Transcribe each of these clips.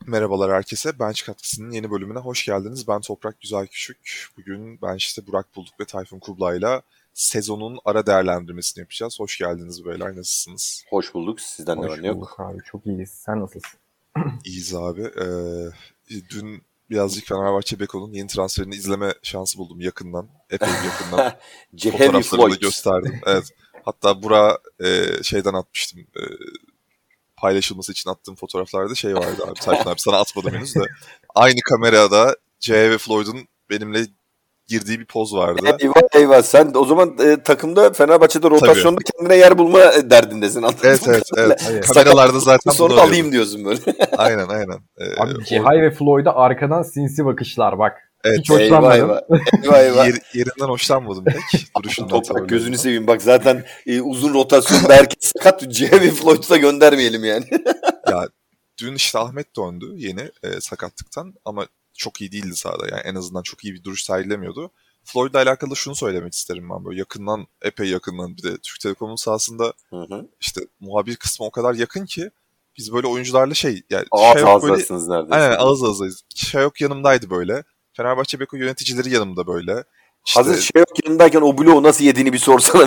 Merhabalar herkese. Bench Katkısı'nın yeni bölümüne hoş geldiniz. Ben Toprak Güzel Küçük. Bugün Bench'te Burak Bulduk ve Tayfun Kublay'la sezonun ara değerlendirmesini yapacağız. Hoş geldiniz beyler. Nasılsınız? Hoş bulduk. Sizden ne var Hoş ne yok? bulduk abi. Çok iyiyiz. Sen nasılsın? İyiyiz abi. Dün birazcık Fenerbahçe Beko'nun yeni transferini izleme şansı buldum yakından. Epey bir yakından. Heavy Fotoğraflarını da Floyd. gösterdim. Evet. Hatta Burak'a şeyden atmıştım. Paylaşılması için attığım fotoğraflarda şey vardı abi. Tayfun abi sana atmadım henüz de. Aynı kamerada C ve Floyd'un benimle girdiği bir poz vardı. Eyvah eyvah. Sen o zaman takımda Fenerbahçe'de Tabii. rotasyonda kendine yer bulma derdindesin. Anladın Evet mı? evet evet. Evet. Kameralarda zaten Sonra bunu alayım arıyordum. diyorsun böyle. Aynen aynen. Abi Cihay ve Floyd'a arkadan sinsi bakışlar bak. Evet. Hiç Eyvah hoşlanmadım. eyvah. Eyvah eyvah. Yerinden hoşlanmadım pek. Duruşundan Toprak gözünü tavırlarından. seveyim. Bak zaten uzun rotasyonda herkes sakat. Heavy Floyd'u da göndermeyelim yani. Ya dün işte Ahmet döndü yeni sakatlıktan ama çok iyi değildi sahada. Yani en azından çok iyi bir duruş sergilemiyordu. Floyd'la alakalı şunu söylemek isterim ben böyle yakından, epey yakından bir de Türk Telekom'un sahasında Hı hı. işte muhabir kısmı o kadar yakın ki biz böyle oyuncularla yani Ağız yok böyle ağızdasınız neredeyse. aynen ağız ağızdayız. Yok yanımdaydı böyle. Fenerbahçe Beko yöneticileri yanımda böyle. Hazır İşte yok yanındayken o bloğu nasıl yediğini bir sorsana.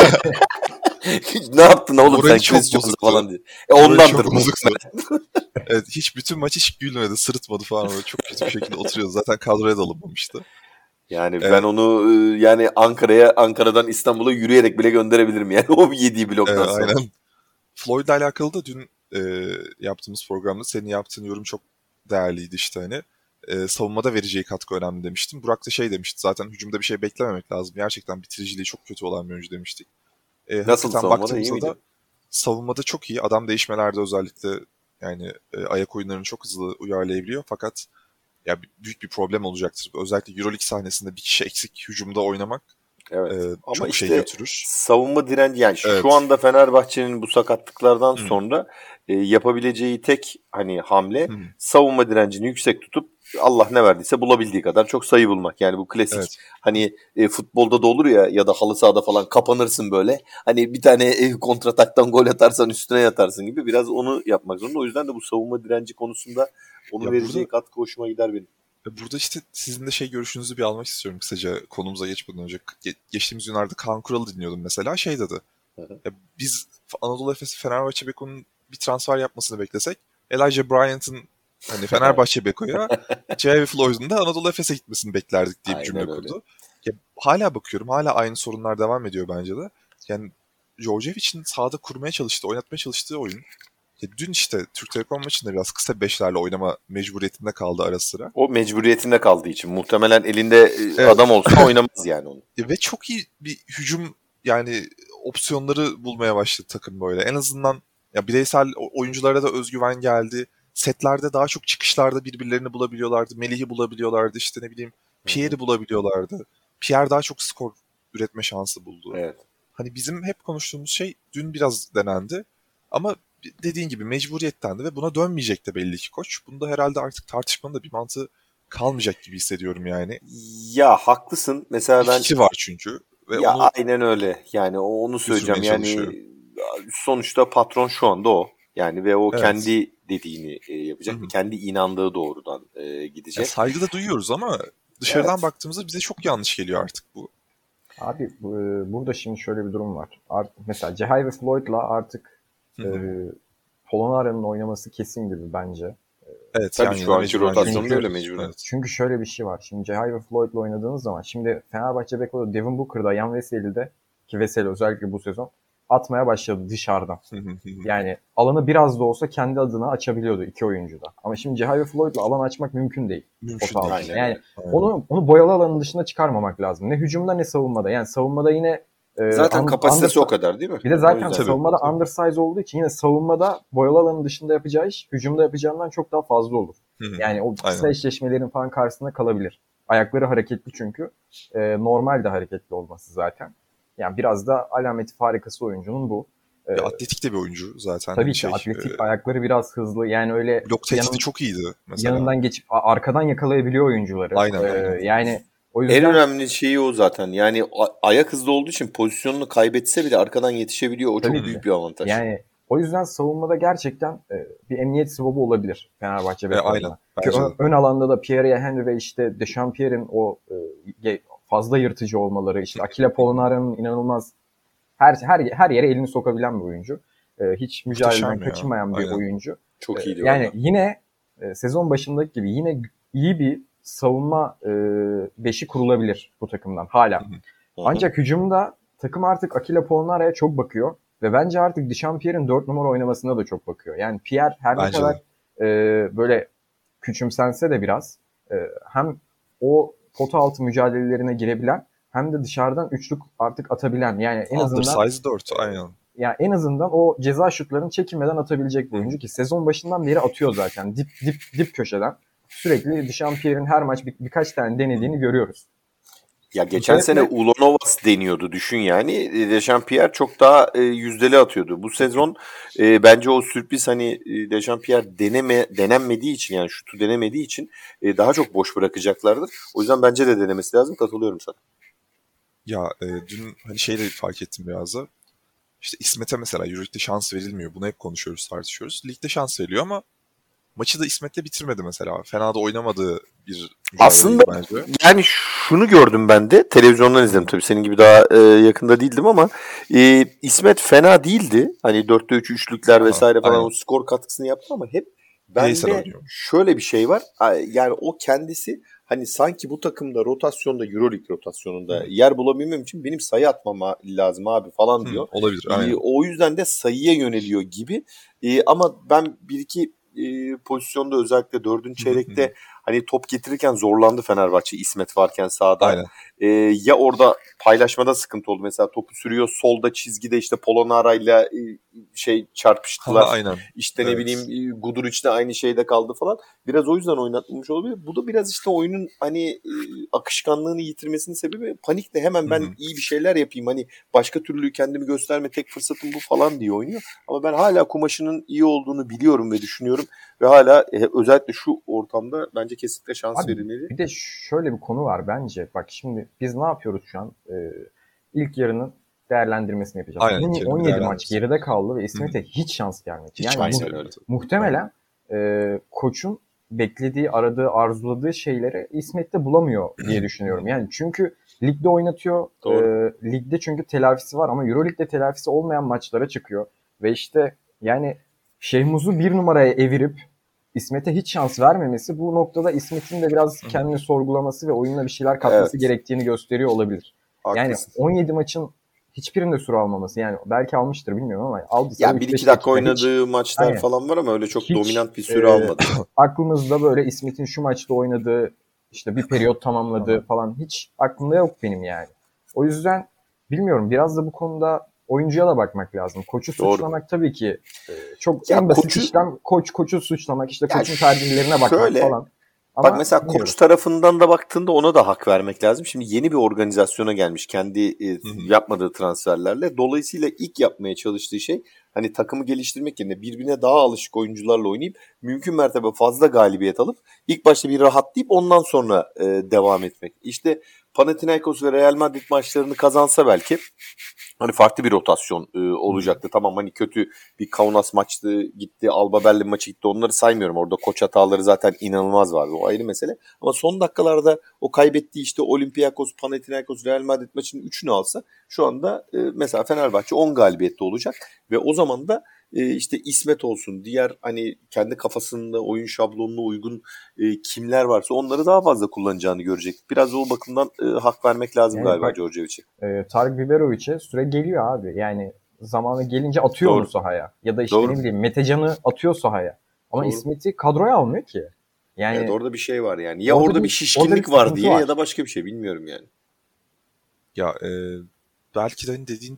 Ne yaptın oğlum morali sen çok Christian'da bozuktu. falan diye. Morali Ondandır çok bu. bozuktu. Evet, bütün maç hiç gülmedi, sırıtmadı falan böyle çok kötü bir şekilde oturuyordu. Zaten kadroya da alınmamıştı. Yani ben Evet, onu yani Ankara'dan İstanbul'a yürüyerek bile gönderebilirim yani o yediği bloktan sonra. aynen. Floyd'la alakalı da dün yaptığımız programda senin yaptığın yorum çok değerliydi işte hani. Savunmada vereceği katkı önemli demiştim. Burak da şey demişti zaten hücumda bir şey beklememek lazım. Gerçekten bitiriciliği çok kötü olan bir oyuncu demiştik. Nasıl Hakikaten savunmada iyi baktığımızda miydi? da savunmada çok iyi. Adam değişmelerde özellikle yani ayak oyunlarını çok hızlı uyarlayabiliyor. Fakat ya büyük bir problem olacaktır. Özellikle EuroLeague sahnesinde bir kişi eksik hücumda oynamak Evet. Ama çok şey işte götürür. savunma direnci yani şu Evet. anda Fenerbahçe'nin bu sakatlıklardan Hı, sonra yapabileceği tek hani hamle hı, savunma direncini yüksek tutup Allah ne verdiyse bulabildiği kadar çok sayı bulmak. Yani bu klasik evet. hani futbolda da olur ya da halı sahada falan kapanırsın böyle. Hani bir tane kontrataktan gol atarsan üstüne yatarsın gibi biraz onu yapmak zorunda. O yüzden de bu savunma direnci konusunda onun Ya vereceği burada katkı hoşuma gider benim. burada işte sizin de görüşünüzü bir almak istiyorum kısaca konumuza geçmeden önce. Geçtiğimiz günlerde Kaan Kural'ı dinliyordum mesela şey dedi. Hı hı. Ya biz Anadolu Efes Fenerbahçe Beko'nun bir transfer yapmasını beklesek Elijah Bryant'ın hani Fenerbahçe Beko'ya J.V. Floyd'un da Anadolu Efes'e gitmesini beklerdik diye bir cümle Aynen öyle. kurdu. Ya, hala bakıyorum hala aynı sorunlar devam ediyor bence de. Yani Djordjevic'in sahada kurmaya çalıştığı, oynatmaya çalıştığı oyun. Ya, dün işte Türk Telekom maçında biraz kısa beşlerle oynama mecburiyetinde kaldı ara sıra. O mecburiyetinde kaldığı için muhtemelen elinde Evet. adam olsa oynamaz yani onu. Ve çok iyi bir hücum yani opsiyonları bulmaya başladı takım böyle. En azından ya bireysel oyunculara da özgüven geldi. Setlerde daha çok çıkışlarda birbirlerini bulabiliyorlardı. Melih'i bulabiliyorlardı. İşte ne bileyim Hı hı. Pierre'i bulabiliyorlardı. Pierre daha çok skor üretme şansı buldu. Evet. Hani bizim hep konuştuğumuz şey dün biraz denendi. Ama dediğin gibi mecburiyettendi ve buna dönmeyecek de belli ki koç. Bunda herhalde artık tartışmanın da bir mantığı kalmayacak gibi hissediyorum yani. Ya haklısın. Mesela Bir ben fikri var çünkü ve ya onu aynen öyle. Yani onu söyleyeceğim. götürmeye çalışıyor. Yani sonuçta patron şu anda o. Yani ve o Evet. kendi dediğini Hı yapacak ve hı. kendi inandığı doğrudan Ya gidecek. saygı da duyuyoruz ama dışarıdan Evet. baktığımızda bize çok yanlış geliyor artık bu. Abi burada şimdi şöyle bir durum var. Mesela Cihay ve Floyd'la artık Hı e, hı. Polonara'nın oynaması kesin gibi bence. Evet Tabii yan şu yana anki mecburen rotasyonda öyle görüyoruz. mecburen. Evet. Çünkü şöyle bir şey var. Şimdi Cihay ve Floyd'la oynadığınız zaman şimdi Fenerbahçe Beko'da Devin Booker'da Yan Veseli'de ki Veseli özellikle bu sezon atmaya başladı dışarıdan. Hı hı hı hı. Yani alanı biraz da olsa kendi adına açabiliyordu iki oyuncu da. Ama şimdi Cihay ve Floyd'la alan açmak mümkün değil Mümkün pota değil. altında. Aynen Yani öyle. Aynen. onu boyalı alanın dışına çıkarmamak lazım. Ne hücumda ne savunmada. Yani savunmada yine Zaten kapasitesi o undersize. kadar değil mi? Bir de O zaten yüzden. Tabii. savunmada Tabii. undersize olduğu için yine savunmada boyalı alanın dışında yapacağı iş hücumda yapacağından çok daha fazla olur. Hı hı. Yani o kısa Aynen. eşleşmelerin falan karşısında kalabilir. Ayakları hareketli çünkü. Normal de hareketli olması zaten. Yani biraz da alameti farikası oyuncunun bu. E, Ya atletik de bir oyuncu zaten tabii hani ki atletik, ayakları biraz hızlı. Yani öyle blok tehdidi çok iyiydi mesela. yanından geçip arkadan yakalayabiliyor oyuncuları. Aynen aynen. Yani o En yüzden önemli şeyi o zaten. Yani ayak hızlı olduğu için pozisyonunu kaybetse bile arkadan yetişebiliyor. O çok tabii Hı. ki. büyük bir avantaj. Yani O yüzden savunmada gerçekten bir emniyet swab'ı olabilir Fenerbahçe ve Aynen. Çünkü Bence de. ön alanda da Pierre Henry ve işte Dechampierre'in o fazla yırtıcı olmaları, işte Akile Polonara'nın inanılmaz her yere elini sokabilen bir oyuncu. Hiç mücadeleden Muhteşem ya. kaçınmayan bir Aynen. oyuncu. Çok iyiydi Yani valla. yine sezon başındaki gibi yine iyi bir savunma beşi kurulabilir bu takımdan hala. Hı hı. Ancak hücumda takım artık Akile Polonara'ya çok bakıyor ve bence artık Dechampierre'in 4 numara oynamasına da çok bakıyor. Yani Pierre her ne Bence kadar böyle küçümsense de biraz hem o pota altı mücadelelerine girebilen hem de dışarıdan üçlük artık atabilen, yani en azından Undersize 4 aynen. yani en azından o ceza şutlarını çekinmeden atabilecek bir oyuncu ki sezon başından beri atıyor zaten dip köşeden. Sürekli Dechampierre'in her maç birkaç tane denediğini görüyoruz. Ya geçen Bu sene sebeple- Ulanovas deniyordu düşün yani. Dechampierre çok daha yüzdeli atıyordu. Bu sezon bence o sürpriz hani Dechampierre denenmediği için yani şutu denemediği için daha çok boş bırakacaklardır. O yüzden bence de denemesi lazım. Katılıyorum sana. Ya dün hani şey de fark ettim biraz da. İşte İsmet'e mesela Euroleague'de şans verilmiyor. Bunu hep konuşuyoruz, tartışıyoruz. Ligde şans veriliyor ama maçı da İsmet'le bitirmedi mesela. Fena da oynamadığı bir Aslında mücadeleydi bence. yani şunu gördüm ben de. Televizyondan izledim tabii. Senin gibi daha yakında değildim ama İsmet fena değildi. Hani 4'te 3 üçlükler Aha, vesaire falan aynen. o skor katkısını yaptı ama hep Bireysel bende oynuyor. şöyle bir şey var. Yani o kendisi hani sanki bu takımda rotasyonda Euroleague rotasyonunda yer bulabilmem için benim sayı atmama lazım abi falan diyor. Olabilir, aynen. O yüzden de sayıya yöneliyor gibi. Ama ben bir iki pozisyonda özellikle 4. çeyrekte hani top getirirken zorlandı Fenerbahçe İsmet varken sahada. Aynen. Ya orada paylaşmada sıkıntı oldu. Mesela topu sürüyor solda çizgide işte Polonara'yla çarpıştılar. Aynen. İşte ne Evet. bileyim Guduric de aynı şeyde kaldı falan. Biraz o yüzden oynatılmış olabilir. Bu da biraz işte oyunun hani akışkanlığını yitirmesinin sebebi panikle hemen ben iyi bir şeyler yapayım. Hani başka türlü kendimi gösterme tek fırsatım bu falan diye oynuyor. Ama ben hala kumaşının iyi olduğunu biliyorum ve düşünüyorum. Ve hala özellikle şu ortamda bence kesinlikle şans Abi, verilmeli. bir de şöyle bir konu var bence. Bak şimdi biz ne yapıyoruz şu an? İlk yarının değerlendirmesini yapacağız. Aynen, ilk yarının 17 maç değerlendirmesi. geride kaldı ve İsmet'e hiç şans gelmedi. Hiç Yani şans aynen vermedi. muhtemelen koçun beklediği, aradığı, arzuladığı şeyleri İsmet'te bulamıyor diye düşünüyorum. Yani çünkü ligde oynatıyor. Ligde çünkü telafisi var ama Euroleague'de telafisi olmayan maçlara çıkıyor. Ve işte yani Şehmuz'u bir numaraya evirip İsmet'e hiç şans vermemesi bu noktada İsmet'in de biraz kendini sorgulaması ve oyununa bir şeyler katması gerektiğini gösteriyor olabilir. Haklısın. Yani 17 maçın hiçbirinde süre almaması, yani belki almıştır bilmiyorum ama aldıysa Ya 1-2 dakika oynadığı maçlar Aynen. falan var ama öyle çok Hiç, dominant bir süre almadı. Aklımızda böyle İsmet'in şu maçta oynadığı, işte bir periyot tamamladığı falan hiç aklımda yok benim yani. O yüzden bilmiyorum, biraz da bu konuda oyuncuya da bakmak lazım. Koçu Doğru. suçlamak tabii ki çok Ya en basit işlem koçu suçlamak, işte Ya koçun tercihlerine bakmak şöyle, falan. Ama bak mesela bilmiyorum. koç tarafından da baktığında ona da hak vermek lazım. Şimdi yeni bir organizasyona gelmiş kendi yapmadığı transferlerle. Dolayısıyla ilk yapmaya çalıştığı şey hani takımı geliştirmek yerine birbirine daha alışık oyuncularla oynayıp mümkün mertebe fazla galibiyet alıp ilk başta bir rahatlayıp ondan sonra devam etmek. İşte Panathinaikos ve Real Madrid maçlarını kazansa belki hani farklı bir rotasyon olacaktı. Tamam hani kötü bir Kaunas maçtı gitti, Alba Berlin maçı gitti, onları saymıyorum. Orada koç hataları zaten inanılmaz vardı, o ayrı mesele. Ama son dakikalarda o kaybettiği işte Olympiakos, Panathinaikos, Real Madrid maçının 3'ünü alsa şu anda mesela Fenerbahçe 10 galibiyette olacak. Ve o zaman da işte İsmet olsun, diğer hani kendi kafasında oyun şablonuna uygun kimler varsa onları daha fazla kullanacağını görecek. Biraz o bakımdan hak vermek lazım Yani galiba bak, Djordjevic'e. Tarık Biberovic'e süre geliyor abi. Yani zamanı gelince atıyor onu sahaya. Ya da işte Doğru. ne bileyim Metecan'ı atıyor sahaya. Ama Doğru. İsmet'i kadroya almıyor ki. Yani Evet, orada bir şey var yani. Ya orada orada bir şişkinlik var sıkıntı diye var. ya da başka bir şey, bilmiyorum yani. Ya belki de hani dediğin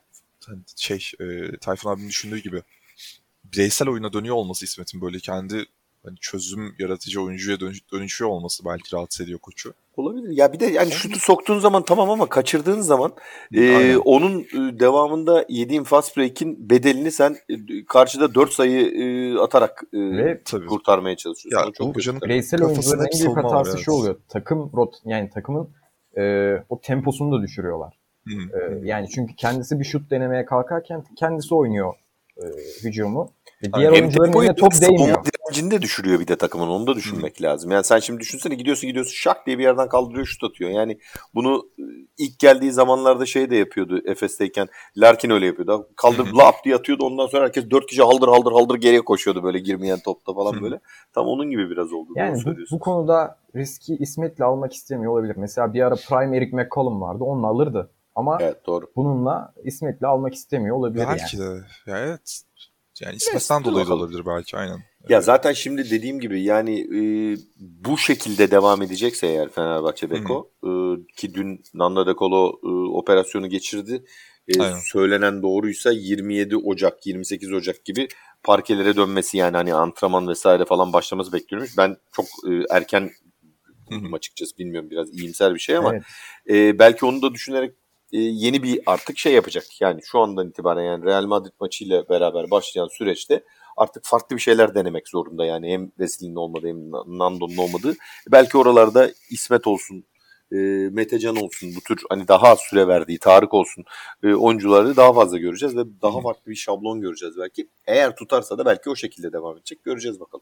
Tayfun abinin düşündüğü gibi bireysel oyuna dönüyor olması İsmet'in, böyle kendi hani çözüm yaratıcı oyuncuya dönüşüyor olması belki rahatsız ediyor koçu. Olabilir. Ya bir de yani şutu soktuğun zaman tamam ama kaçırdığın zaman Aynen. onun devamında yediğin fast break'in bedelini sen karşıda 4 sayı atarak Ve kurtarmaya çalışıyorsun. Ya, O çok kötü. hocanın bireysel kafasında oyuncuların hep en büyük savunma var, hatası evet. şu oluyor. Yani takımın o temposunu da düşürüyorlar. Yani çünkü kendisi bir şut denemeye kalkarken kendisi oynuyor hücumu. Ve Aynen. diğer oyuncuların eline top değmiyor. Savunma direncini de düşürüyor bir de takımın. Onu da düşünmek lazım. Yani sen şimdi düşünsene gidiyorsun şak diye bir yerden kaldırıyor şut atıyor. Yani bunu ilk geldiği zamanlarda şey de yapıyordu Efes'teyken. Larkin öyle yapıyordu. Kaldırıp lap diye atıyordu. Ondan sonra herkes 4 kişi haldır geriye koşuyordu böyle girmeyen topta falan böyle. Tam onun gibi biraz oldu. Yani bu konuda riski İsmet'le almak istemiyor olabilir. Mesela bir ara Prime Eric McCollum vardı. Onunla alırdı. Ama evet, doğru. Bununla İsmet'le almak istemiyor olabilir belki yani. de. Ya evet. Yani İsmet'ten dolayı da olabilir belki. Aynen. Ya zaten şimdi dediğim gibi yani bu şekilde devam edecekse eğer Fenerbahçe Beko ki dün Nando De Colo operasyonu geçirdi. Söylenen doğruysa 27 Ocak 28 Ocak gibi parkelere dönmesi yani hani antrenman vesaire falan başlaması bekleniyormuş. Ben çok erken buldum açıkçası, bilmiyorum, biraz iyimser bir şey ama belki onu da düşünerek yeni bir artık şey yapacak. Yani şu andan itibaren yani Real Madrid maçıyla beraber başlayan süreçte artık farklı bir şeyler denemek zorunda. Yani hem Wesley'nin olmadığı hem Nando'nun olmadığı. Belki oralarda İsmet olsun, Metecan olsun, bu tür hani daha az süre verdiği Tarık olsun oyuncuları daha fazla göreceğiz ve daha farklı bir şablon göreceğiz belki. Eğer tutarsa da belki o şekilde devam edecek. Göreceğiz bakalım.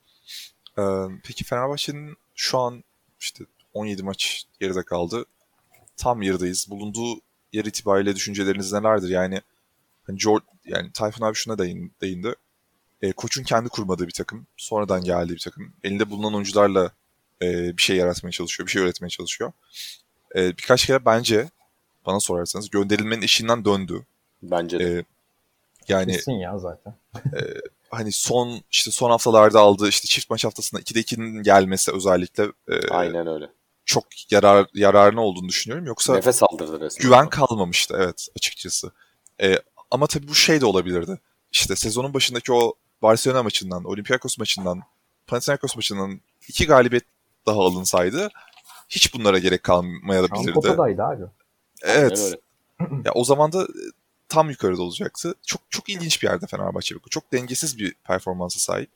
Peki Fenerbahçe'nin şu an işte 17 maç geride kaldı. Tam yerdayız. Bulunduğu yer itibariyle düşünceleriniz nelerdir? Yani hani yani Tayfun abi şuna değindi. Koç'un kendi kurmadığı bir takım. Sonradan geldiği bir takım. Elinde bulunan oyuncularla bir şey yaratmaya çalışıyor. Bir şey öğretmeye çalışıyor. Birkaç kere bence bana sorarsanız gönderilmenin eşiğinden döndü. Bence de. Yani kesin ya zaten. hani son haftalarda aldığı işte çift maç haftasında 2'de 2'nin gelmesi özellikle aynen öyle. Çok yararına olduğunu düşünüyorum. Yoksa nefes aldırdı resmen. Güven kalmamıştı evet açıkçası. Ama tabii bu şey de olabilirdi. İşte sezonun başındaki o Barcelona maçından, Olympiakos maçından, Panathinaikos maçından 2 galibiyet daha alınsaydı hiç bunlara gerek kalmayabilirdi. Potadaydı abi. Evet. Ya o zaman da tam yukarıda olacaktı. Çok çok ilginç bir yerde Fenerbahçe. Çok dengesiz bir performansa sahip.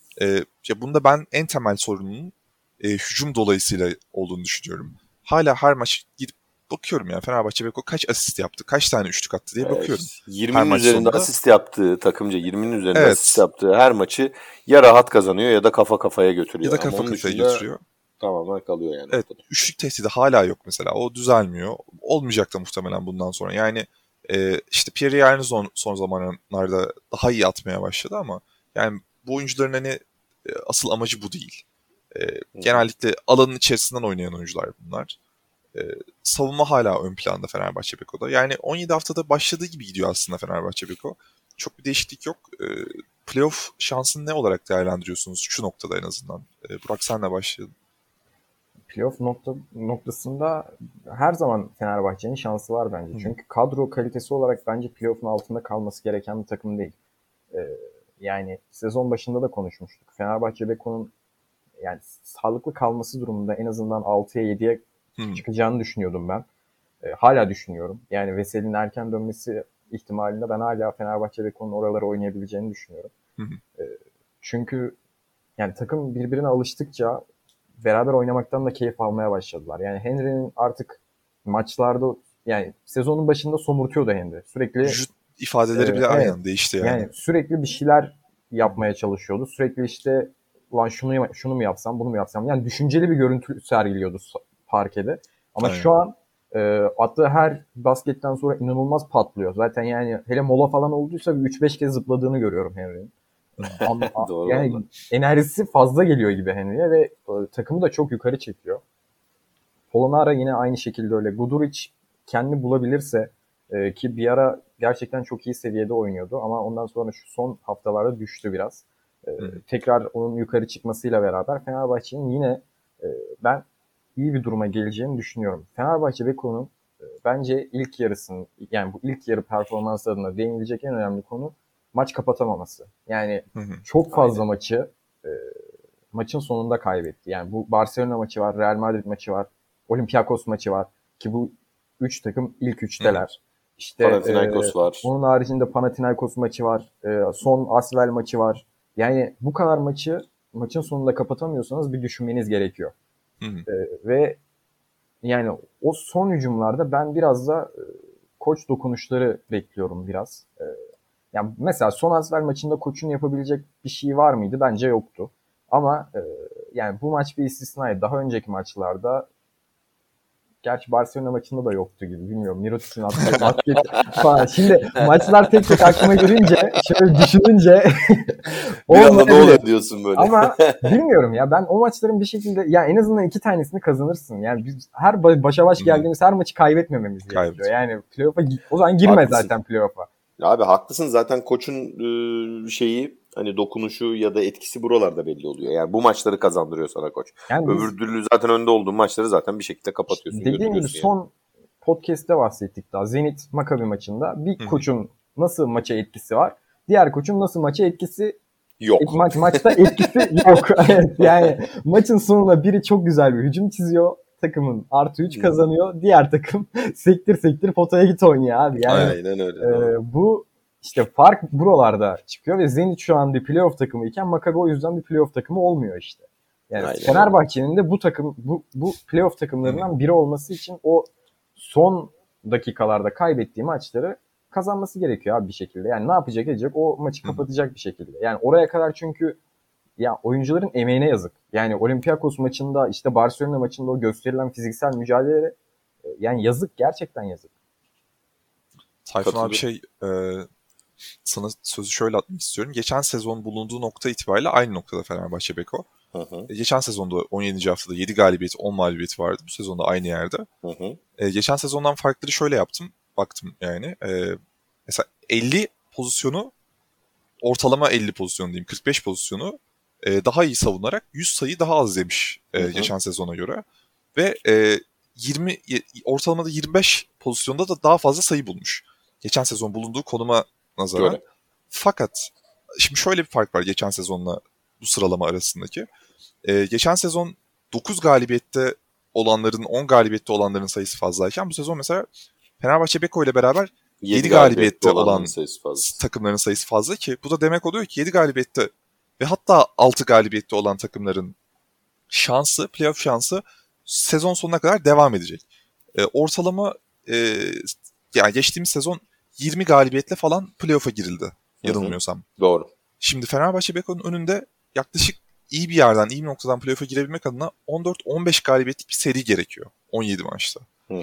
Ya bunda ben en temel sorunun hücum dolayısıyla olduğunu düşünüyorum. Hala her maç gidip bakıyorum ya Fenerbahçe Beko kaç asist yaptı, kaç tane üçlük attı diye bakıyorum. 20'nin üzerinde sonunda asist yaptığı takımca 20'nin üzerinde evet. asist yaptığı her maçı ya rahat kazanıyor ya da kafa kafaya götürüyor. Ya da kafa kafaya götürüyor. Tamamen kalıyor yani. Evet, üçlük tehdidi hala yok mesela. O düzelmiyor. Olmayacak da muhtemelen bundan sonra. Yani işte Pierre Yerne son zamanlarda daha iyi atmaya başladı ama yani bu oyuncuların hani asıl amacı bu değil. Genellikle alanın içerisinden oynayan oyuncular bunlar. Savunma hala ön planda Fenerbahçe Beko'da. Yani 17 haftada başladığı gibi gidiyor aslında Fenerbahçe Beko. Çok bir değişiklik yok. Playoff şansını ne olarak değerlendiriyorsunuz şu noktada en azından? Burak senle başlayalım. Playoff noktasında her zaman Fenerbahçe'nin şansı var bence. Çünkü kadro kalitesi olarak bence playoff'un altında kalması gereken bir takım değil. Yani sezon başında da konuşmuştuk. Fenerbahçe Beko'nun yani sağlıklı kalması durumunda en azından 6'ya 7'ye çıkacağını düşünüyordum ben. Hala düşünüyorum. Yani Veseli'nin erken dönmesi ihtimalinde ben hala Fenerbahçe Beko'nun oralara oynayabileceğini düşünüyorum. Çünkü yani takım birbirine alıştıkça beraber oynamaktan da keyif almaya başladılar. Yani Henry'nin artık maçlarda yani sezonun başında somurtuyordu Henry. Sürekli vücut ifadeleri bile aynen değişti yani. Yani sürekli bir şeyler yapmaya çalışıyordu. Sürekli işte ulan şunu mu yapsam, bunu mu yapsam. Yani düşünceli bir görüntü sergiliyordu parkede. Ama aynen. şu an attığı her basketten sonra inanılmaz patlıyor. Zaten yani hele mola falan olduysa 3-5 kez zıpladığını görüyorum Henry'nin. Yani vallahi. Enerjisi fazla geliyor gibi Henry'e ve takımı da çok yukarı çekiyor. Polonara yine aynı şekilde öyle. Guduric kendini bulabilirse ki bir ara gerçekten çok iyi seviyede oynuyordu ama ondan sonra şu son haftalarda düştü biraz. Tekrar onun yukarı çıkmasıyla beraber Fenerbahçe'nin yine ben iyi bir duruma geleceğini düşünüyorum. Fenerbahçe Beko'nun bence ilk yarısının yani bu ilk yarı performans adına değinilecek en önemli konu maç kapatamaması. Yani çok fazla maçı maçın sonunda kaybetti. Yani bu Barcelona maçı var, Real Madrid maçı var, Olympiakos maçı var ki bu 3 takım ilk 3'teler. İşte Panathinaikos var. Onun haricinde Panathinaikos maçı var. Son Asvel maçı var. Yani bu kadar maçın sonunda kapatamıyorsanız bir düşünmeniz gerekiyor. Ve yani o son hücumlarda ben biraz da koç dokunuşları bekliyorum biraz. Yani mesela son Asfer maçında koçun yapabilecek bir şey var mıydı? Bence yoktu. Ama yani bu maç bir istisnaydı. Daha önceki maçlarda gerçi Barcelona maçında da yoktu gibi. Bilmiyorum. Mirotic'in attığı basket falan. Şimdi maçlar tek tek aklıma gelince şöyle düşününce Bir anda ne olmayabilir. oluyor diyorsun böyle. Ama bilmiyorum ya, ben o maçların bir şekilde ya en azından 2 tanesini kazanırsın. Yani biz her başa baş geldiğimiz her maçı kaybetmememiz gerekiyor. Yani playoff'a o zaman girme Haklısın. zaten playoff'a. Abi haklısın, zaten koçun şeyi, hani dokunuşu ya da etkisi buralarda belli oluyor. Yani bu maçları kazandırıyor sana koç. Yani Öbür türlü zaten önde olduğun maçları zaten bir şekilde kapatıyorsun. dediğim gibi son podcast'te bahsettik daha. Zenit Maccabi maçında bir koçun nasıl maça etkisi var, diğer koçun nasıl maça etkisi yok. Maçta etkisi yok. Evet, yani maçın sonunda biri çok güzel bir hücum çiziyor. Takımın +3 kazanıyor. Diğer takım sektir sektir potaya git oynuyor abi. Yani, aynen öyle. Bu işte fark buralarda çıkıyor ve Zenit şu an bir playoff takımı iken Maccabi o yüzden bir playoff takımı olmuyor işte. Yani aynen. Fenerbahçe'nin de bu takım bu playoff takımlarından biri olması için o son dakikalarda kaybettiği maçları kazanması gerekiyor abi bir şekilde. Yani ne yapacak edecek? O maçı kapatacak bir şekilde. Yani oraya kadar çünkü ya oyuncuların emeğine yazık. Yani Olympiakos maçında, işte Barcelona maçında o gösterilen fiziksel mücadele yani yazık, gerçekten yazık. Tayfun abi sana sözü şöyle atmak istiyorum. Geçen sezon bulunduğu nokta itibariyle aynı noktada Fenerbahçe Beko. Geçen sezonda 17. haftada 7 galibiyet 10 mağlubiyeti vardı. Bu sezonda aynı yerde. Geçen sezondan farkları şöyle yaptım. Baktım yani. Mesela 50 pozisyonu, ortalama 50 pozisyonu diyeyim, 45 pozisyonu daha iyi savunarak 100 sayı daha az yemiş geçen sezona göre. Ve 20 ortalamada 25 pozisyonda da daha fazla sayı bulmuş. Geçen sezon bulunduğu konuma nazaran. Öyle. Fakat şimdi şöyle bir fark var geçen sezonla bu sıralama arasındaki. Geçen sezon 9 galibiyette olanların 10 galibiyette olanların sayısı fazlayken bu sezon mesela Fenerbahçe Beko ile beraber 7 galibiyette olan takımların sayısı fazla, ki bu da demek oluyor ki 7 galibiyette ve hatta 6 galibiyette olan takımların şansı, playoff şansı sezon sonuna kadar devam edecek. Ortalama yani geçtiğimiz sezon 20 galibiyetle falan playoff'a girildi yanılmıyorsam. Doğru. Şimdi Fenerbahçe Beko'nun önünde yaklaşık iyi bir yerden, iyi bir noktadan playoff'a girebilmek adına 14-15 galibiyetlik bir seri gerekiyor 17 maçta.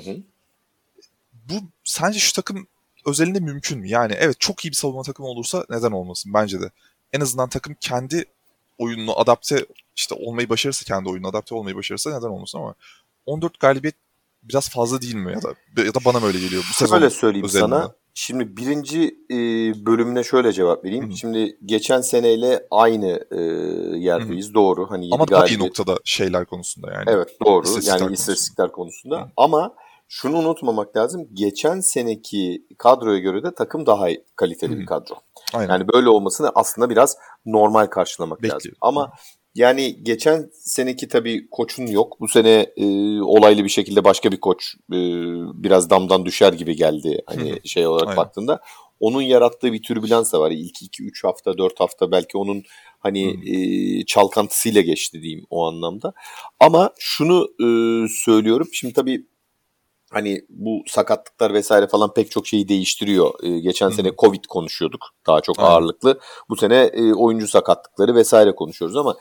Bu sence şu takım özelinde mümkün mü? Yani evet, çok iyi bir savunma takımı olursa neden olmasın, bence de. En azından takım kendi oyununu adapte olmayı başarırsa, kendi oyununu adapte olmayı başarırsa neden olmasın, ama 14 galibiyet biraz fazla değil mi, ya da bana mı öyle geliyor bu sezon? Şöyle söyleyeyim sana. Şimdi birinci bölümüne şöyle cevap vereyim. Şimdi geçen seneyle aynı yerdeyiz. Doğru. Hani ama daha iyi noktada şeyler konusunda yani. Evet, doğru. Yani istatistikler konusunda. Ama şunu unutmamak lazım. Geçen seneki kadroya göre de takım daha kaliteli bir kadro. Aynen. Yani böyle olmasını aslında biraz normal karşılamak lazım. Ama yani geçen seneki tabii koçun yok. Bu sene olaylı bir şekilde başka bir koç biraz damdan düşer gibi geldi. Hani şey olarak baktığında. Onun yarattığı bir türbülans da var. İlk 2-3 hafta, 4 hafta belki onun hani çalkantısıyla geçti diyeyim o anlamda. Ama şunu söylüyorum. Şimdi tabii hani bu sakatlıklar vesaire falan pek çok şeyi değiştiriyor. Geçen sene Covid konuşuyorduk daha çok ağırlıklı. Bu sene oyuncu sakatlıkları vesaire konuşuyoruz ama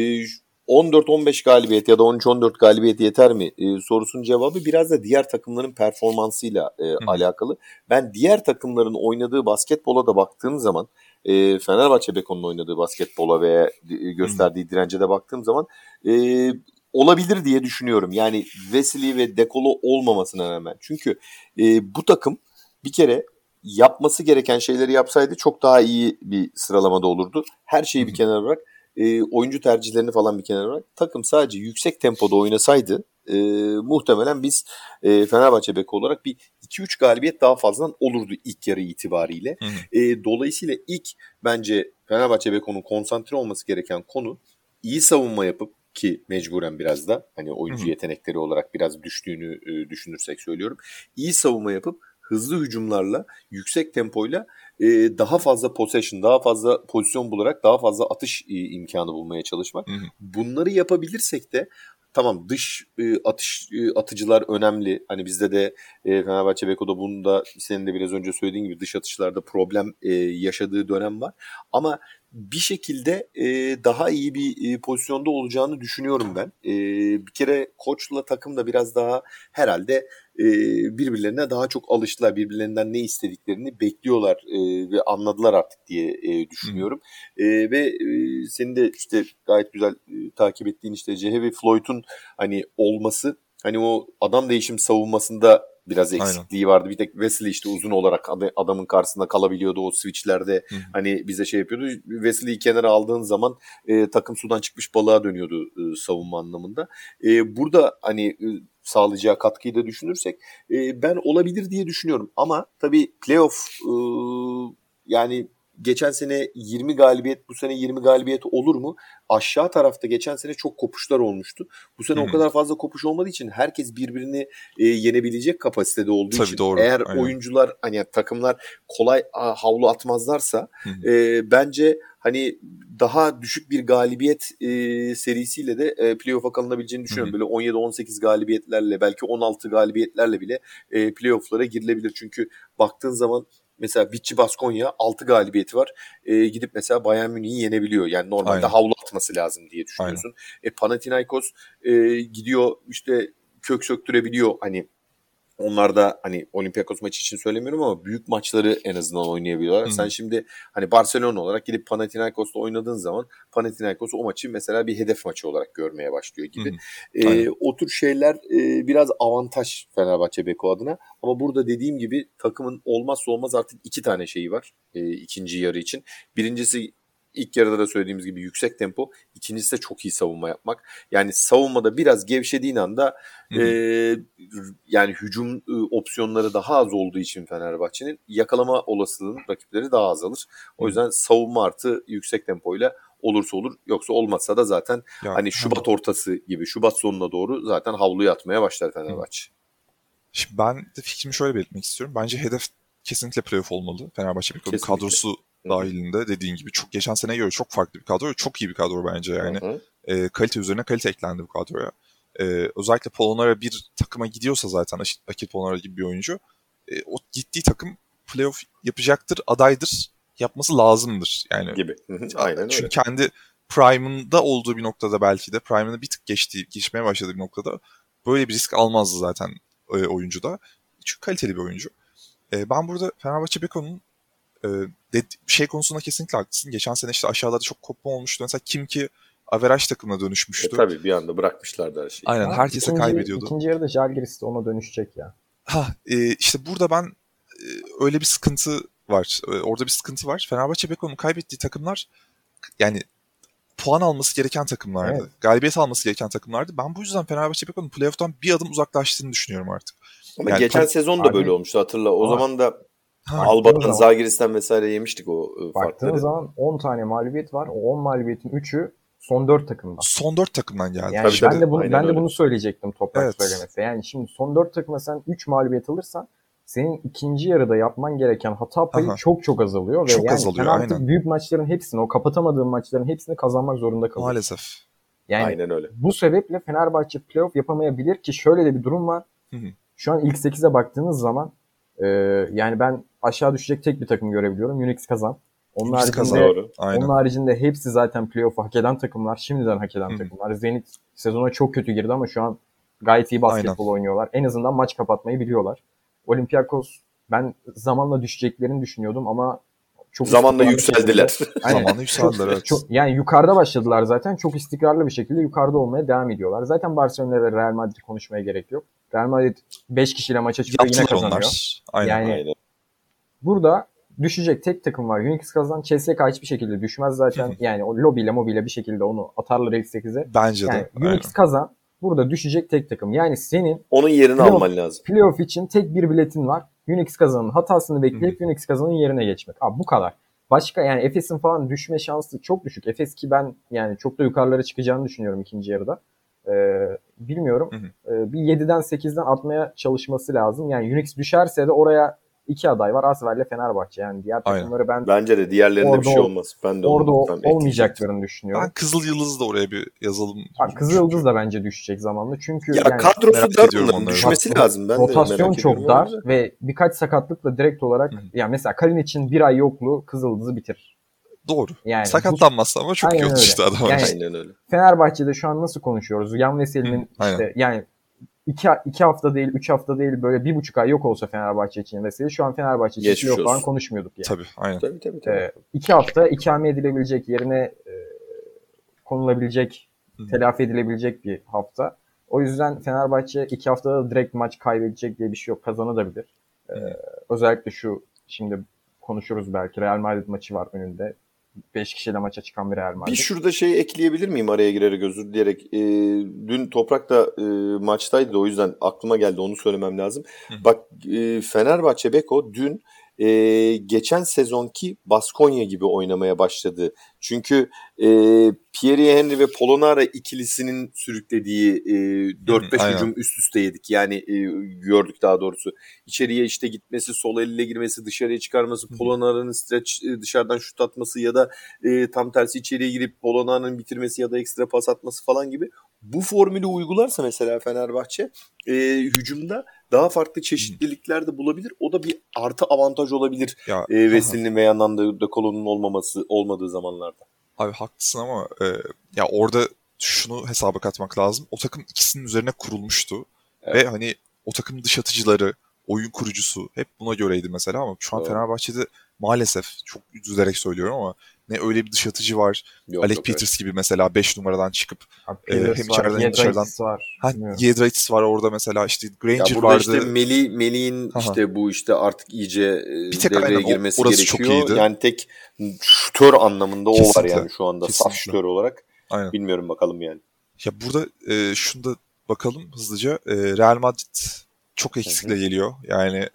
14-15 galibiyet ya da 13-14 galibiyet yeter mi sorusunun cevabı biraz da diğer takımların performansıyla alakalı. Ben diğer takımların oynadığı basketbola da baktığım zaman, Fenerbahçe Beko'nun oynadığı basketbola ve gösterdiği dirence de baktığım zaman olabilir diye düşünüyorum. Yani Veseli ve Dekolo olmamasına rağmen. Çünkü bu takım bir kere yapması gereken şeyleri yapsaydı çok daha iyi bir sıralamada olurdu. Her şeyi bir kenara bırak. Oyuncu tercihlerini falan bir kenara bırak. Takım sadece yüksek tempoda oynasaydı muhtemelen biz Fenerbahçe Beko olarak bir 2-3 galibiyet daha fazladan olurdu ilk yarı itibariyle. Dolayısıyla ilk bence Fenerbahçe Beko'nun konsantre olması gereken konu iyi savunma yapıp, ki mecburen biraz da hani oyuncu yetenekleri olarak biraz düştüğünü düşünürsek söylüyorum. İyi savunma yapıp hızlı hücumlarla, yüksek tempoyla daha fazla possession, daha fazla pozisyon bularak daha fazla atış imkanı bulmaya çalışmak. Bunları yapabilirsek de tamam dış atıcılar önemli. Hani bizde de Fenerbahçe Beko'da bunu da senin de biraz önce söylediğin gibi dış atışlarda problem yaşadığı dönem var. Ama bir şekilde daha iyi bir pozisyonda olacağını düşünüyorum ben. Bir kere koçla takım da biraz daha herhalde birbirlerine daha çok alıştılar. Birbirlerinden ne istediklerini bekliyorlar ve anladılar artık diye düşünüyorum. Ve senin de işte gayet güzel takip ettiğin işte Cehevi Floyd'un hani olması, hani o adam değişim savunmasında biraz eksikliği vardı. Bir tek Wesley işte uzun olarak adamın karşısında kalabiliyordu o switchlerde. Hani bize şey yapıyordu. Wesley'i kenara aldığın zaman takım sudan çıkmış balığa dönüyordu savunma anlamında. Burada hani sağlayacağı katkıyı da düşünürsek ben olabilir diye düşünüyorum. Ama tabii playoff yani geçen sene 20 galibiyet, bu sene 20 galibiyet olur mu? Aşağı tarafta geçen sene çok kopuşlar olmuştu. Bu sene o kadar fazla kopuş olmadığı için herkes birbirini yenebilecek kapasitede olduğu Tabii için doğru. eğer Aynen. oyuncular hani takımlar kolay havlu atmazlarsa bence hani daha düşük bir galibiyet serisiyle de playoff'a kalınabileceğini düşünüyorum. Böyle 17-18 galibiyetlerle belki 16 galibiyetlerle bile playoff'lara girilebilir. Çünkü baktığın zaman mesela Vichy Baskonya 6 galibiyeti var. Gidip mesela Bayern Münih'i yenebiliyor. Yani normalde Aynen. havlu atması lazım diye düşünüyorsun. Panathinaikos gidiyor işte kök söktürebiliyor. Hani onlar da hani Olympiakos maçı için söylemiyorum ama büyük maçları en azından oynayabiliyorlar. Sen şimdi hani Barcelona olarak gidip Panathinaikos'la oynadığın zaman Panathinaikos o maçı mesela bir hedef maçı olarak görmeye başlıyor gibi. O tür şeyler biraz avantaj Fenerbahçe Beko adına. Ama burada dediğim gibi takımın olmazsa olmaz artık 2 tane şeyi var ikinci yarı için. Birincisi İlk yarıda da söylediğimiz gibi yüksek tempo. İkincisi de çok iyi savunma yapmak. Yani savunmada biraz gevşediğin anda yani hücum opsiyonları daha az olduğu için Fenerbahçe'nin yakalama olasılığının rakipleri daha azalır. O yüzden savunma artı yüksek tempoyla olursa olur. Yoksa olmazsa da zaten hani Şubat ortası gibi Şubat sonuna doğru zaten havluya atmaya başlar Fenerbahçe. Şimdi ben de fikrimi şöyle belirtmek istiyorum. Bence hedef kesinlikle playoff olmalı. Fenerbahçe Beko'nun kadrosu dahilinde dediğin gibi çok geçen seneye göre çok farklı bir kadro. Çok iyi bir kadro bence yani. Kalite üzerine kalite eklendi bu kadroya. Özellikle Polonara bir takıma gidiyorsa zaten Akil Polonara gibi bir oyuncu o gittiği takım playoff yapacaktır, adaydır, yapması lazımdır. Yani gibi. Aynen çünkü öyle. kendi prime'ında olduğu bir noktada belki de prime'ını bir tık geçmeye başladığı bir noktada böyle bir risk almazdı zaten oyuncu da. Çünkü kaliteli bir oyuncu. Ben burada Fenerbahçe Beko'nun şey konusunda kesinlikle haklısın. Geçen sene işte aşağılarda çok kopma olmuştu. Mesela kim ki average takımına dönüşmüştü. Tabii bir anda bırakmışlardı her şeyi. Aynen herkese kaybediyordu. İkinci yarıda Žalgiris de ona dönüşecek ya. İşte burada ben öyle bir sıkıntı var. Orada bir sıkıntı var. Fenerbahçe Beko'nun kaybettiği takımlar yani puan alması gereken takımlardı. Evet. Galibiyet alması gereken takımlardı. Ben bu yüzden Fenerbahçe Beko'nun playoff'tan bir adım uzaklaştığını düşünüyorum artık. Ama yani geçen sezon da böyle olmuştu hatırla. O zaman da Alba'dan, Žalgiris'ten vesaire yemiştik o farkları. Baktığın zaman 10 tane mağlubiyet var. O 10 mağlubiyetin 3'ü son 4 takımdan. Son 4 takımdan geldi. Yani ben de bunu söyleyecektim Toprak söylemese. Yani şimdi son 4 takıma sen 3 mağlubiyet alırsan senin ikinci yarıda yapman gereken hata payı çok azalıyor. Çok ve yani azalıyor, sen artık aynen. büyük maçların hepsini, o kapatamadığın maçların hepsini kazanmak zorunda kalıyorsun. Maalesef. Yani aynen öyle. Bu sebeple Fenerbahçe playoff yapamayabilir ki şöyle de bir durum var. Şu an ilk 8'e baktığınız zaman yani ben aşağı düşecek tek bir takım görebiliyorum. Unix Kazan. Onun haricinde hepsi zaten playoff hak eden takımlar. Şimdiden hak eden takımlar. Zenit sezona çok kötü girdi ama şu an gayet iyi basketbol oynuyorlar. En azından maç kapatmayı biliyorlar. Olympiakos ben zamanla düşeceklerini düşünüyordum ama çok zamanla yükseldiler. Zamanla yükseldiler, evet. Yani yukarıda başladılar zaten. Çok istikrarlı bir şekilde yukarıda olmaya devam ediyorlar. Zaten Barcelona ve Real Madrid konuşmaya gerek yok. Real Madrid 5 kişiyle maça çıkıyor yine kazanıyor. Aynen. Burada düşecek tek takım var. Unix Kazan. CSKA hiçbir şekilde düşmez zaten. Yani o lobiyle bir şekilde onu atarlar ilk 8'e. Bence de. Unix Kazan burada düşecek tek takım. Yani senin onun yerini alman lazım. Playoff için tek bir biletin var. Unix Kazan'ın hatasını bekleyip Unix Kazan'ın yerine geçmek. Bu kadar. Başka yani Efes'in falan düşme şansı çok düşük. Efes ki ben yani çok da yukarılara çıkacağını düşünüyorum ikinci yarıda. Bilmiyorum. Bir 7'den 8'den atmaya çalışması lazım. Yani Unix düşerse de oraya iki aday var. Asvel ile Fenerbahçe. Yani diğer Aynen. takımları ben Bence de diğerlerinde bir şey olmaz. Ben de orada onu olmayacaklarını düşünüyorum. Ben Kızıl Yıldız'ı da oraya bir yazalım. Kızıl Yıldız da bence düşecek zamanla. Çünkü Ya yani kadrosu merak dar ediyorum onların. onları. Düşmesi lazım. Ben de rotasyon merak ediyorum çok dar onu da. ve birkaç sakatlıkla direkt olarak yani mesela Kalinic'in bir ay yokluğu Kızıl Yıldız'ı bitirir. Doğru. Yani Sakatlanmazsa ama çok iyi Aynen oldu öyle. işte adam. Yani Aynen öyle. Fenerbahçe'de şu an nasıl konuşuyoruz? Yan Veseli'nin Aynen. işte yani iki hafta değil, 3 hafta değil böyle 1,5 ay yok olsa Fenerbahçe için Veseli şu an Fenerbahçe için Geçmiş yok falan olsun. konuşmuyorduk yani. Tabii aynen. Tabii. 2 hafta ikame edilebilecek yerine konulabilecek, telafi edilebilecek bir hafta. O yüzden Fenerbahçe 2 haftada da direkt maç kaybedecek diye bir şey yok. Kazanabilir. Özellikle şu şimdi konuşuruz belki Real Madrid maçı var önünde. 5 kişiyle maça çıkan bir Real Madrid. Bir şurada şey ekleyebilir miyim araya girerek özür dileyerek. Dün Toprak da maçtaydı da o yüzden aklıma geldi onu söylemem lazım. Bak Fenerbahçe Beko dün geçen sezonki Baskonya gibi oynamaya başladı. Çünkü Thierry Henry ve Polonara ikilisinin sürüklediği 4-5 hücum üst üste yedik. Yani gördük daha doğrusu. İçeriye işte gitmesi, sol elle girmesi, dışarıya çıkarması, Polonara'nın stretch dışarıdan şut atması ya da tam tersi içeriye girip Polonara'nın bitirmesi ya da ekstra pas atması falan gibi. Bu formülü uygularsa mesela Fenerbahçe hücumda daha farklı çeşitlilikler de bulabilir. O da bir artı avantaj olabilir. Veseli'nin veya Nando De Colo'nun olmadığı zamanlarda. Abi haklısın ama ya orada şunu hesaba katmak lazım. O takım ikisinin üzerine kurulmuştu. Evet. Ve hani o takımın dış atıcıları, oyun kurucusu hep buna göreydi mesela ama şu an Fenerbahçe'de maalesef çok üzülerek söylüyorum ama ne öyle bir dış atıcı var. Alec Peters gibi mesela 5 numaradan çıkıp hem içeriden hem dışarıdan. Giedraitis var orada mesela işte Granger ya vardı. Işte Melih'in işte bu işte artık iyice devreye girmesi gerekiyor. Çok yani tek şutör anlamında kesinlikle. O var yani şu anda saf şutör olarak. Aynen. Bilmiyorum bakalım yani. Ya burada şunu da bakalım hızlıca. Real Madrid çok eksikle geliyor. Yani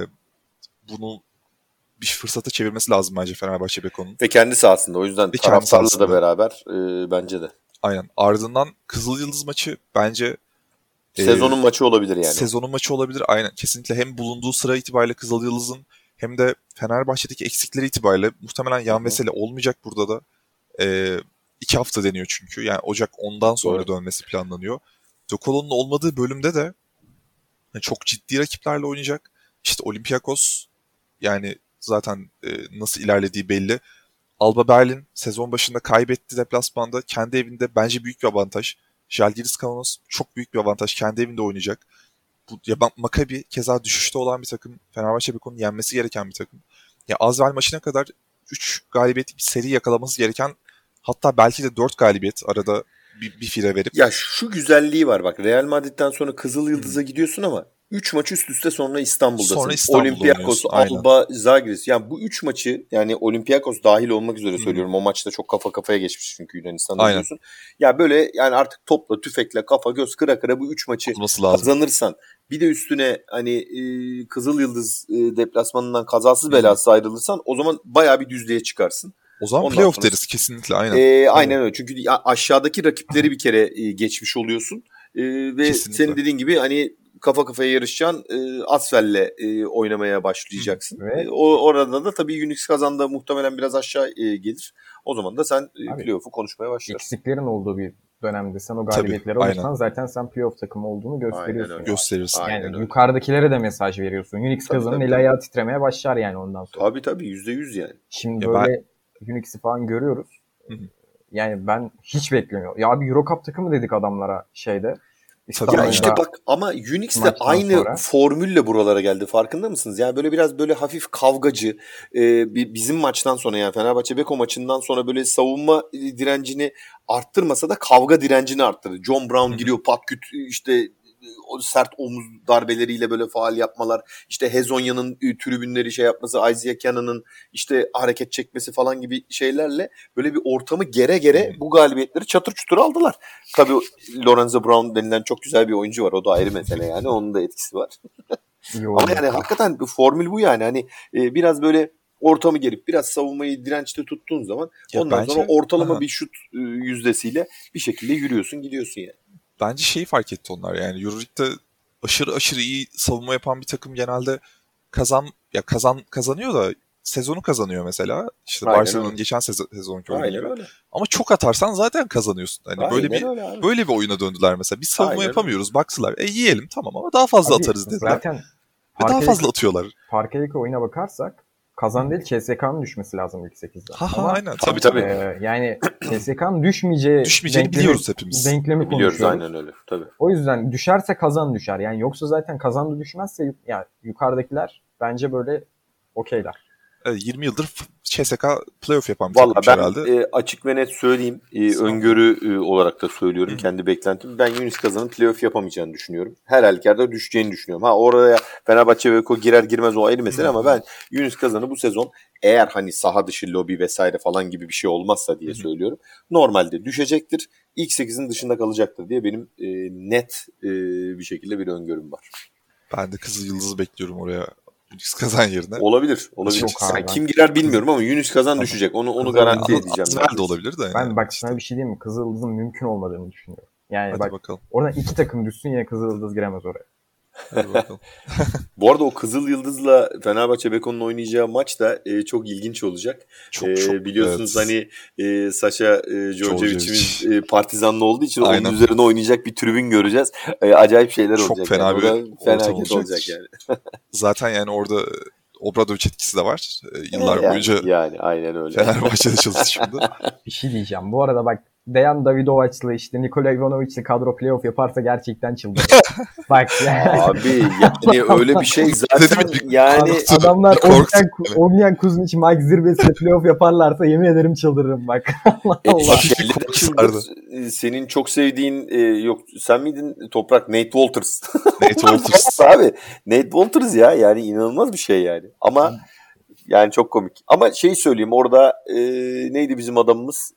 bunu bir fırsata çevirmesi lazım bence Fenerbahçe Beko'nun. Ve kendi sahasında o yüzden taraftarla da beraber bence de. Aynen. Ardından Kızıl Yıldız maçı bence sezonun maçı olabilir yani. Sezonun maçı olabilir. Aynen. Kesinlikle hem bulunduğu sıra itibariyle Kızıl Yıldız'ın hem de Fenerbahçe'deki eksikleri itibariyle muhtemelen Yan Veseli olmayacak burada da. 2 hafta deniyor çünkü. Yani Ocak 10'dan sonra dönmesi planlanıyor. De Colo'nun olmadığı bölümde de çok ciddi rakiplerle oynayacak. İşte Olympiakos yani zaten nasıl ilerlediği belli. Alba Berlin sezon başında kaybetti deplasmanda. Kendi evinde bence büyük bir avantaj. Žalgiris Kaunas çok büyük bir avantaj. Kendi evinde oynayacak. Maccabi keza düşüşte olan bir takım. Fenerbahçe Beko'nun yenmesi gereken bir takım. Ya Asvel maçına kadar 3 galibiyetlik bir seri yakalaması gereken hatta belki de 4 galibiyet arada bir fire verip. Ya şu güzelliği var bak Real Madrid'den sonra Kızıl Yıldız'a gidiyorsun ama 3 maç üst üste sonra İstanbul'dasın. Olympiakos, Alba, Žalgiris. Yani bu 3 maçı yani Olympiakos dahil olmak üzere söylüyorum. O maçta çok kafa kafaya geçmiş çünkü Yunanistan'da diyorsun. Ya böyle yani artık topla, tüfekle, kafa göz kıra kıra bu 3 maçı kazanırsan bir de üstüne hani Kızıl Yıldız deplasmanından kazasız belasız ayrılırsan o zaman bayağı bir düzlüğe çıkarsın. O zaman playoff deriz kesinlikle aynen. Aynen öyle. Çünkü aşağıdaki rakipleri bir kere geçmiş oluyorsun. Ve kesinlikle. Senin dediğin gibi hani kafa kafaya yarışacaksın. Asfel'le oynamaya başlayacaksın. Orada da tabii Unix kazanda muhtemelen biraz aşağı gelir. O zaman da sen playoff'u konuşmaya başlarsın. Eksiklerin olduğu bir dönemde sen o galibiyetleri alırsan zaten sen playoff takımı olduğunu gösteriyorsun. Aynen gösterirsin. Yani yukarıdakilere de mesaj veriyorsun. Unix kazanın el ayağı titremeye başlar yani ondan sonra. Tabii %100 yani. Şimdi böyle Unix'i falan görüyoruz. Yani ben hiç beklemiyorum. Ya bir Euro Cup takımı dedik adamlara şeyde. Ya işte bak ama Unix de aynı formülle buralara geldi. Farkında mısınız? Yani böyle biraz böyle hafif kavgacı. Bizim maçtan sonra yani Fenerbahçe Beko maçından sonra böyle savunma direncini arttırmasa da kavga direncini arttırdı. John Brown giriyor pat küt işte o sert omuz darbeleriyle böyle faal yapmalar, işte Hezonya'nın tribünleri şey yapması, Isaiah Cannon'ın işte hareket çekmesi falan gibi şeylerle böyle bir ortamı gere bu galibiyetleri çatır çutur aldılar. Tabii Lorenzo Brown denilen çok güzel bir oyuncu var. O da ayrı mesele yani. Onun da etkisi var. Ama yani hakikaten formül bu yani. Hani biraz böyle ortamı gerip biraz savunmayı dirençte tuttuğun zaman ondan sonra ortalama bir şut yüzdesiyle bir şekilde yürüyorsun, gidiyorsun yani. Bence şeyi fark etti onlar yani Euroleague'de aşırı iyi savunma yapan bir takım genelde ya kazanıyor da sezonu kazanıyor mesela. İşte Aynen Barcelona'nın öyle. geçen sezonki oyunu Aynen gibi. öyle. Ama çok atarsan zaten kazanıyorsun. Hani Aynen öyle abi. böyle bir oyuna döndüler mesela. Biz savunma Aynen öyle. yapamıyoruz. Baktılar. Yiyelim tamam ama daha fazla Abi atarız dediler. zaten Ve daha fazla atıyorlar. Parkedeki oyuna bakarsak kazan değil CSK'nın düşmesi lazım ilk 8'de. Ama Aynen. Tabii. yani CSK'nın düşmeyeceğini biliyoruz hepimiz. Denklemi Biliyoruz konuşuyoruz. aynen öyle. Tabii. O yüzden düşerse kazan düşer. Yani yoksa zaten kazan da düşmezse yani yukarıdakiler bence böyle okeyler. 20 yıldır CSK playoff yapan bir Valla takımmış ben herhalde. açık ve net söyleyeyim. Öngörü olarak da söylüyorum kendi beklentim. Ben Unics Kazan'ın playoff yapamayacağını düşünüyorum. Her halükarda düşeceğini düşünüyorum. Oraya Fenerbahçe ve Eko girer girmez o ayrı mesele ama ben Unics Kazan'ı bu sezon eğer hani saha dışı lobi vesaire falan gibi bir şey olmazsa diye söylüyorum. Normalde düşecektir. İlk 8'in dışında kalacaktır diye benim net bir şekilde bir öngörüm var. Ben de Kızıl Yıldız'ı bekliyorum oraya. Unics Kazan yerine. Olabilir. Yok abi, Kim girer bilmiyorum ama Unics Kazan düşecek. Onu garanti edeceğim. Azvel de olabilir de. Yani. Ben bak sana bir şey diyeyim mi? Kızıldız'ın mümkün olmadığını düşünüyorum. Yani Hadi bak bakalım. oradan 2 takım düşsün yine Kızıldız giremez oraya. Hadi bakalım. Bu arada o Kızıl Yıldız'la Fenerbahçe Beko'nun oynayacağı maç da çok ilginç olacak. Çok biliyorsunuz evet. hani Saša Đorđević'imiz Partizanlı olduğu için Aynen. onun üzerine oynayacak bir tribün göreceğiz. Acayip şeyler çok olacak. Çok fena yani. bir felaket olacak yani. Zaten yani orada Obradović etkisi de var. Yıllar boyunca yani aynen öyle. Fenerbahçe'de çalıştı şimdi. Bir şey diyeceğim. Bu arada bak Dejan Davidovac'lı işte Nikola Ivanovic'li kadro playoff yaparsa gerçekten çıldırır. Bak yani. Abi yani öyle bir şey zaten yani. Adamlar Ognian Kuzmic Mike zirvesiyle playoff yaparlarsa yemin ederim çıldırırım bak. Allah. Senin çok sevdiğin yok sen miydin Toprak? Nate Walters. Nate Walters. Abi Nate Walters ya yani inanılmaz bir şey yani. Ama yani çok komik. Ama söyleyeyim orada neydi bizim adamımız?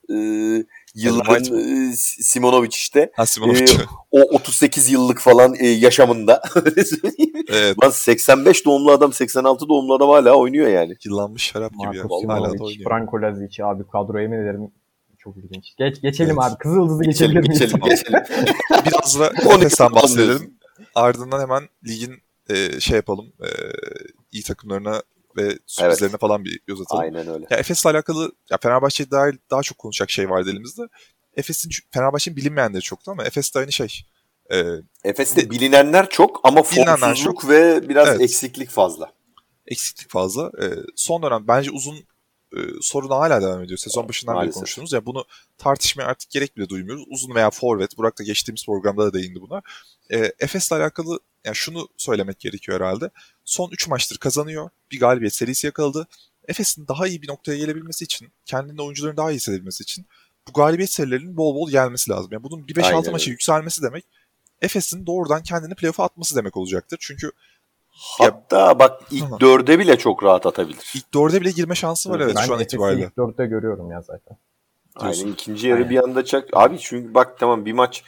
Yılların Simonovic işte. Simonovic. O 38 yıllık falan yaşamında. Öyle söyleyeyim. Evet. Lan 85 doğumlu adam 86 doğumlu adam hala oynuyor yani. Yıllanmış şarap gibi ya. Simonovic, Branko Lazic abi kadroya yemin ederim çok ilginç. Geçelim abi. Kızıldız'ı geçebilir miyiz? Geçelim. Biraz da Efes'ten bahsedelim. Ardından hemen ligin yapalım. İyi takımlarına ve sürprizlerine falan bir göz atalım. Aynen öyle. Ya Efes'le alakalı Fenerbahçe'ye dair daha çok konuşacak şey vardı elimizde. Fenerbahçe'nin bilinmeyenleri çoktu ama Efes'te aynı şey. Efes'te bilinenler çok ama formsuzluk ve biraz eksiklik fazla. Eksiklik fazla. Son dönem bence uzun sorun hala devam ediyor. Sezon başından beri konuştuğumuz. Ya bunu tartışmaya artık gerek bile duymuyoruz. Uzun veya forvet. Burak da geçtiğimiz programda da değindi buna. Efes'le alakalı yani şunu söylemek gerekiyor herhalde. Son 3 maçtır kazanıyor. Bir galibiyet serisi yakaladı. Efes'in daha iyi bir noktaya gelebilmesi için, kendinde oyuncuların daha iyi hissedebilmesi için bu galibiyet serilerinin bol bol gelmesi lazım. Yani bunun bir 5-6 maça yükselmesi demek Efes'in doğrudan kendini playoff'a atması demek olacaktır. Çünkü hatta bak ilk 4'e bile çok rahat atabilir. İlk 4'e bile girme şansı var ben şu an itibariyle. Ben ilk 4'te görüyorum ya zaten. Aynen ikinci yarı bir anda çak. Abi çünkü bak tamam bir maç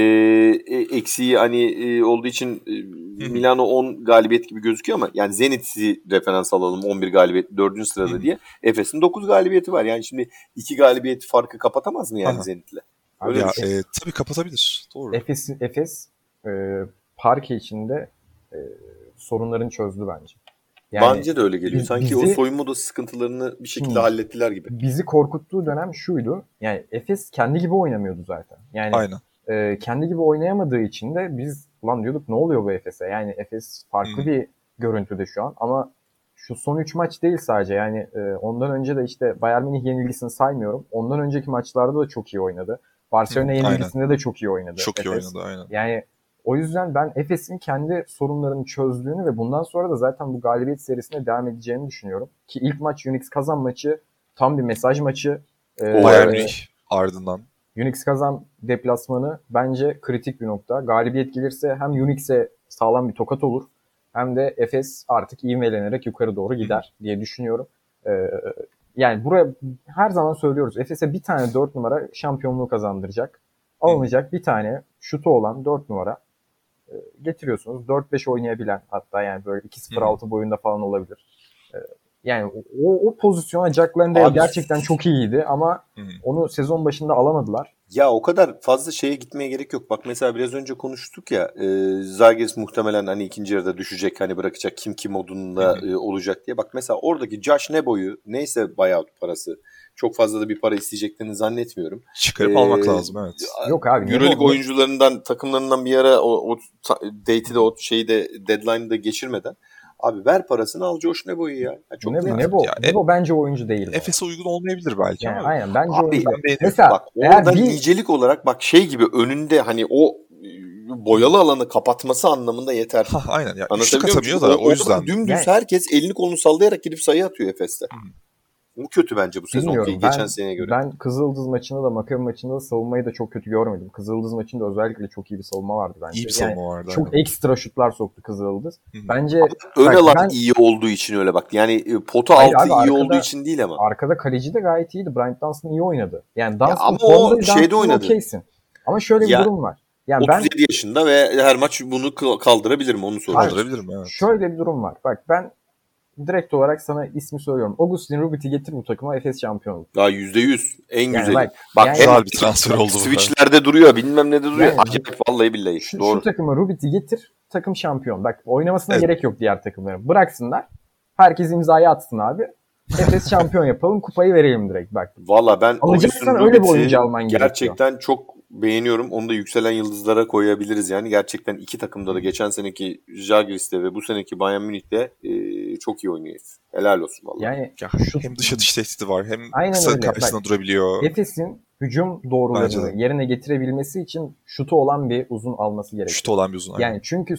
eksiği hani olduğu için Milano 10 galibiyet gibi gözüküyor ama yani Zenit'i referans alalım 11 galibiyet 4. sırada diye. Efes'in 9 galibiyeti var. Yani şimdi 2 galibiyet farkı kapatamaz mı yani Zenit'le? Öyle tabii kapatabilir. Doğru. Efes parke içinde sorunlarını çözdü bence. Yani bence de öyle geliyor. Sanki o soyunma odası sıkıntılarını bir şekilde hallettiler gibi. Bizi korkuttuğu dönem şuydu. Yani Efes kendi gibi oynamıyordu zaten. Yani aynen. Kendi gibi oynayamadığı için de biz ulan diyorduk ne oluyor bu Efes'e? Yani Efes farklı bir görüntüde şu an ama şu son 3 maç değil sadece. Yani ondan önce de işte Bayern Münih yenilgisini saymıyorum. Ondan önceki maçlarda da çok iyi oynadı. Barcelona yenilgisinde de çok iyi oynadı. Çok iyi Efes. oynadı aynen. Yani o yüzden ben Efes'in kendi sorunlarını çözdüğünü ve bundan sonra da zaten bu galibiyet serisine devam edeceğini düşünüyorum. Ki ilk maç Unix Kazan maçı tam bir mesaj maçı. Bayern Münih ardından. Unix Kazan deplasmanı bence kritik bir nokta. Galibiyet gelirse hem Unix'e sağlam bir tokat olur hem de Efes artık ivmelenerek yukarı doğru gider diye düşünüyorum. Yani buraya her zaman söylüyoruz. Efes'e bir tane 4 numara şampiyonluğu kazandıracak. Alınacak bir tane şutu olan 4 numara getiriyorsunuz. 4-5 oynayabilen hatta yani böyle 2-0-6 boyunda falan olabilir. Yani o pozisyona Jack Landale gerçekten çok iyiydi ama onu sezon başında alamadılar. Ya o kadar fazla şeye gitmeye gerek yok. Bak mesela biraz önce konuştuk ya, Zalgiris muhtemelen hani ikinci yarıda düşecek, hani bırakacak kim modunda olacak diye. Bak mesela oradaki Josh Nebo'yu, neyse buyout parası, çok fazla da bir para isteyeceklerini zannetmiyorum. Çıkarıp almak lazım, evet. Yok abi. Euroleague oyuncularından, takımlarından bir ara o date'i de, o şeyi de, deadline'ı da geçirmeden abi ver parasını, al Josh Nebo'yu ya. Çok Nebo bence oyuncu değil. Efes'e uygun olmayabilir belki yani ama. Aynen bence abi, oyuncu. Mesela bak orada nicelik olarak bak şey gibi önünde hani o boyalı alanı kapatması anlamında yeter. Aynen ya. Üçlük atamıyor da o yüzden. Dümdüz herkes elini kolunu sallayarak gidip sayı atıyor Efes'te. Bu kötü bence bu sezon geçen seneye göre. Ben Kızıldız maçında da Maccabi maçında da savunmayı da çok kötü görmedim. Kızıldız maçında özellikle çok iyi bir savunma vardı bence. İyi bir savunma vardı. Çok ekstra şutlar soktu Kızıldız. Bence ön alan iyi olduğu için öyle bak. Yani pota altı iyi olduğu için değil ama. Arkada kaleci de gayet iyiydi. Bryant Dunstan iyi oynadı. Yani Dunstan ama o şeyde oynadı. Okeysin. Ama şöyle bir durum var. Yani 37 yaşında ve her maç bunu kaldırabilir mi onu soruyorum. Kaldırabilirim, evet. Şöyle bir durum var. Bak ben direkt olarak sana ismi söylüyorum. Augustin Rubit'i getir bu takıma, Efes şampiyon olur. Daha %100 en güzeli. Bak güzel bir transfer oldu. Switch'lerde duruyor, bilmem ne de duruyor. Acayip vallahi billahi. Şu takıma Rubit'i getir, takım şampiyon. Bak oynamasına gerek yok diğer takımların. Bıraksınlar. Herkes imzayı atsın abi. Efes şampiyon yapalım, kupayı verelim direkt bak. Valla ben alacaksan öyle bir oyuncu alman gerekiyor. Gerçekten çok beğeniyorum. Onu da yükselen yıldızlara koyabiliriz yani. Gerçekten iki takımda da geçen seneki Žalgiris'te ve bu seneki Bayern Münih'te çok iyi oynuyor. Helal olsun vallahi. Yani hem dış atış tehdidi var, hem kısa karşısında durabiliyor. Efes'in hücum doğrularını yerine getirebilmesi için şutu olan bir uzun alması gerekiyor. Şutu olan bir uzun. Yani çünkü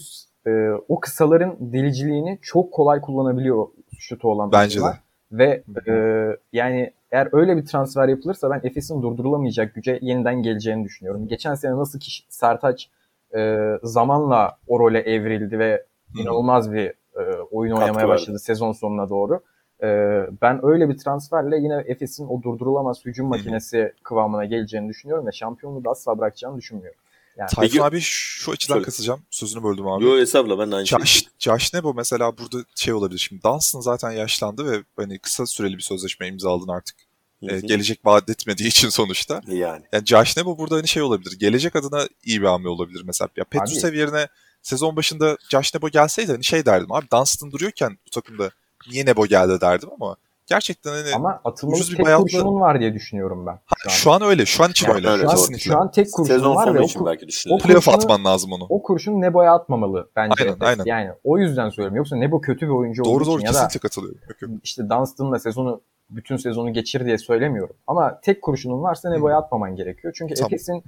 o kısaların deliciliğini çok kolay kullanabiliyor şutu olan bence de. Ve yani eğer öyle bir transfer yapılırsa ben Efes'in durdurulamayacak güce yeniden geleceğini düşünüyorum. Geçen sene nasıl ki Sertaç zamanla o role evrildi ve inanılmaz bir oyun oynamaya başladı sezon sonuna doğru. Ben öyle bir transferle yine Efes'in o durdurulamaz hücum makinesi kıvamına geleceğini düşünüyorum ve şampiyonluğu da asla bırakacağını düşünmüyorum. Yani, Tayfun abi şu açıdan kasacağım. Sözünü böldüm abi. Yok hesapla, ben de aynı şey. Josh Nebo mesela burada olabilir. Şimdi Dunstan zaten yaşlandı ve hani kısa süreli bir sözleşme imzaladın artık. Gelecek vaat etmediği için sonuçta. Yani Josh Nebo burada hani olabilir. Gelecek adına iyi bir hamle olabilir mesela. Ya Petrusev yerine sezon başında Josh Nebo gelseydi hani derdim abi, Dunstan duruyorken bu takımda niye Nebo geldi derdim ama gerçekten hani ama atılmalık tek kurşunun var diye düşünüyorum ben. Şu an öyle. Şu an için öyle. Şu an tek kurşun var ve o playoff atman lazım onu. O kurşun Nebo'ya atmamalı bence. Aynen. Yani o yüzden söylüyorum. Yoksa Nebo kötü bir oyuncu olduğu için ya da kesinlikle katılıyorum. İşte Dunstan'la bütün sezonu geçir diye söylemiyorum. Ama tek kurşunun varsa Nebo'ya atmaman gerekiyor. Çünkü Efes'in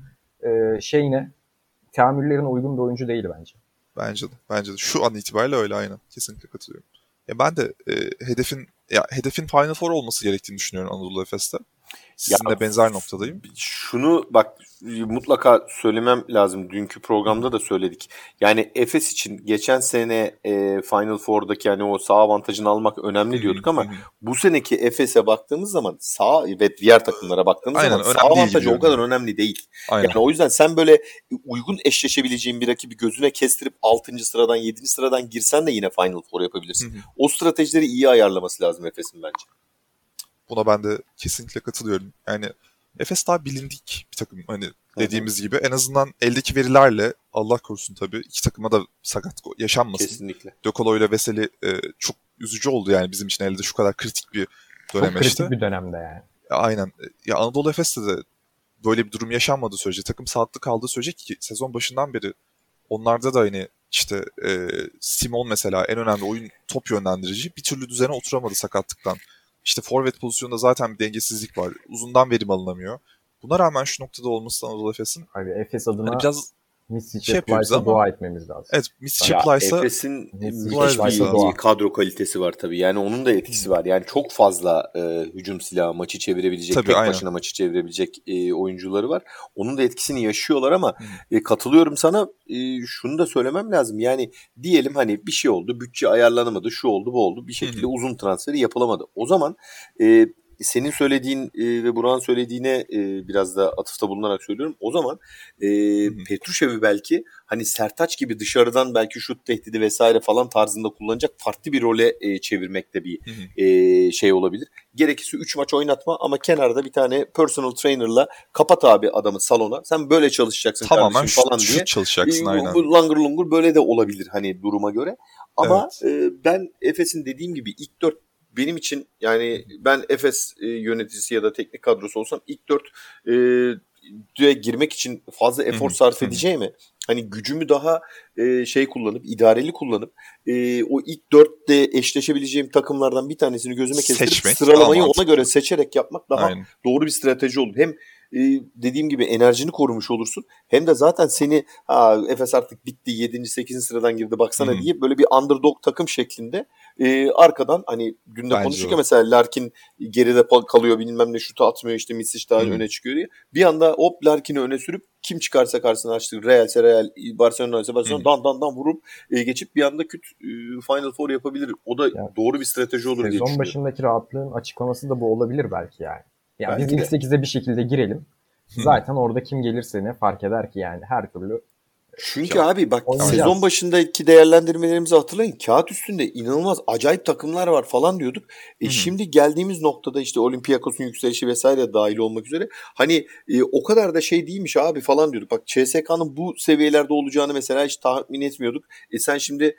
teamüllerine uygun bir oyuncu değil bence. Bence de. Şu an itibariyle öyle, aynen. Kesinlikle katılıyorum. Ya ben de hedefin Final Four olması gerektiğini düşünüyorum Anadolu Efes'te. Sizinle benzer noktadayım. Şunu bak mutlaka söylemem lazım. Dünkü programda da söyledik. Yani Efes için geçen sene Final Four'daki yani o sağ avantajını almak önemli diyorduk ama bu seneki Efes'e baktığımız zaman sağ ve diğer takımlara baktığımız zaman sağ avantajı o kadar önemli değil. Yani o yüzden sen böyle uygun eşleşebileceğin bir rakibi gözüne kestirip 6. sıradan 7. sıradan girsen de yine Final Four yapabilirsin. O stratejileri iyi ayarlaması lazım Efes'in bence. Buna ben de kesinlikle katılıyorum. Yani Efes daha bilindik bir takım. Hani dediğimiz gibi en azından eldeki verilerle, Allah korusun tabii, iki takıma da sakat yaşanmasın. Kesinlikle. De Colo ile Veseli çok üzücü oldu yani bizim için elde şu kadar kritik bir dönem. Çok kritik bir dönemde yani. Aynen. Ya Anadolu Efes'te de böyle bir durum yaşanmadığı sürece, takım sağlıklı kaldığı sürece, ki sezon başından beri onlarda da hani Simon mesela en önemli oyun top yönlendirici bir türlü düzene oturamadı sakatlıktan. İşte forvet pozisyonunda zaten bir dengesizlik var. Uzundan verim alınamıyor. Buna rağmen şu noktada olması Anadolu Efes'in. Abi Efes adına biraz Misic Plyce'a dua etmemiz lazım. Evet, Misic Plyce'a Efes'in müthiş bir kadro kalitesi var tabii. Yani onun da etkisi var. Yani çok fazla hücum silahı, maçı çevirebilecek, tabii, tek başına maçı çevirebilecek oyuncuları var. Onun da etkisini yaşıyorlar ama katılıyorum sana. Şunu da söylemem lazım. Yani diyelim hani bir şey oldu, bütçe ayarlanamadı, şu oldu, bu oldu. Bir şekilde uzun transferi yapılamadı. O zaman senin söylediğin ve Burak'ın söylediğine biraz da atıfta bulunarak söylüyorum. O zaman Petrushev'i belki hani Sertaç gibi dışarıdan belki şut tehdidi vesaire falan tarzında kullanacak farklı bir role çevirmek de bir şey olabilir. Gerekirse 3 maç oynatma ama kenarda bir tane personal trainer'la kapat abi adamı salona. Sen böyle çalışacaksın Tamamen kardeşim falan diye. şut çalışacaksın aynen. Bu langır lungur böyle de olabilir hani duruma göre. Ama ben Efes'in dediğim gibi ilk 4 benim için yani ben Efes yöneticisi ya da teknik kadrosu olsam ilk 4'e girmek için fazla efor sarf edeceğimi hani gücümü daha şey kullanıp idareli kullanıp o ilk 4'te eşleşebileceğim takımlardan bir tanesini gözüme kestirip Seçmek sıralamayı daha ona göre seçerek yapmak daha Aynen. doğru bir strateji olur. Hem dediğim gibi enerjini korumuş olursun. Hem de zaten seni Efes artık bitti 7. 8. sıradan girdi baksana diye böyle bir underdog takım şeklinde arkadan hani dün de konuştuk ya mesela Larkin geride kalıyor bilmem ne şutu atmıyor işte Misic daha öne çıkıyor diye. Bir anda hop Larkin'i öne sürüp kim çıkarsa karşısına açtı. Real ise Real, Barcelona ise Barcelona dan vurup geçip bir anda Final Four yapabilir. O da yani, doğru bir strateji olur diye düşünüyorum. Sezon başındaki rahatlığın açıklaması da bu olabilir belki yani. Yani belki biz ilk 8'e bir şekilde girelim. Zaten orada kim gelirse ne fark eder ki yani her türlü. Çünkü abi bak sezon başındaki değerlendirmelerimizi hatırlayın. Kağıt üstünde inanılmaz acayip takımlar var falan diyorduk. Şimdi geldiğimiz noktada işte Olympiakos'un yükselişi vesaire dahil olmak üzere hani o kadar da şey değilmiş abi falan diyorduk. Bak CSK'nın bu seviyelerde olacağını mesela hiç tahmin etmiyorduk. Sen şimdi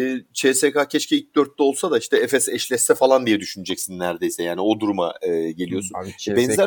CSK keşke ilk 4'te olsa da işte Efes eşleşse falan diye düşüneceksin neredeyse. Yani o duruma geliyorsun. Abi CSK,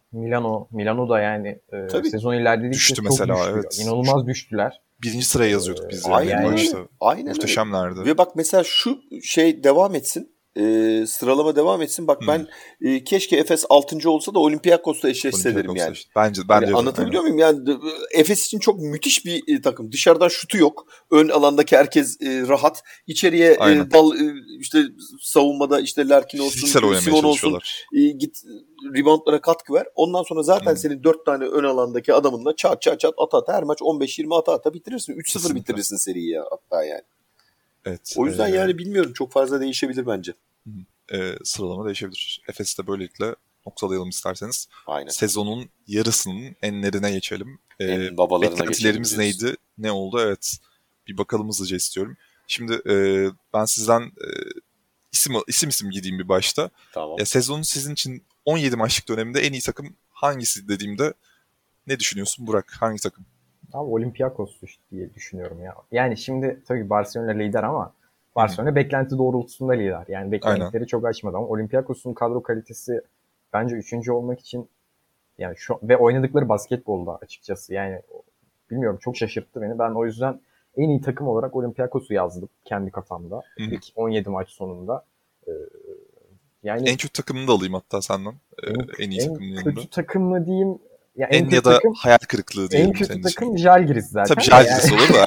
Milano da yani sezon ilerledikçe düştü çok mesela, düştü. evet. İnanılmaz düştüler. 1. sıraya yazıyorduk biz yani başta. Aynen muhteşemlerdi. Ve bak mesela şu şey devam etsin. Sıralama devam etsin. Bak ben keşke Efes 6. olsa da Olympiakos'la eşleşse derim yani. Ben yani de anlatabiliyor muyum? Yani Efes için çok müthiş bir takım. Dışarıdan şutu yok. Ön alandaki herkes rahat. İçeriye işte savunmada işte Larkin olsun, Simon olsun. Git reboundlara katkı ver. Ondan sonra zaten senin 4 tane ön alandaki adamınla çat at her maç 15-20 ata bitirirsin. 3-0 kesinlikle bitirirsin seriyi ya hatta yani. Evet. O yüzden yani bilmiyorum çok fazla değişebilir bence. Sıralama değişebilir. Efes'te böylelikle noktalayalım isterseniz. Aynen. Sezonun yarısının enlerine geçelim. En babalarına beklentilerimiz neydi? Ne oldu? Evet. Bir bakalım hızlıca istiyorum. Şimdi ben sizden isim gideyim bir başta. Tamam. Sezonun sizin için 17 maçlık döneminde en iyi takım hangisi dediğimde ne düşünüyorsun Burak? Hangi takım? Abi Olympiakos diye düşünüyorum ya. Yani şimdi tabii Barcelona lider ama Barcelona beklenti doğrultusunda lider. Yani beklentileri çok aşmadı ama Olympiakos'un kadro kalitesi bence 3. olmak için yani ve oynadıkları basketbolda açıkçası yani bilmiyorum çok şaşırttı beni. Ben o yüzden en iyi takım olarak Olympiakos'u yazdım kendi kafamda. İlk 17 maç sonunda. Yani en kötü takımını da alayım hatta senden. En iyi takımın yanında. En kötü takım mı diyeyim? Ya en ya da takım, hayal kırıklığı diyelim. En kötü takım Žalgiris zaten. Tabii Žalgiris yani. Olur da.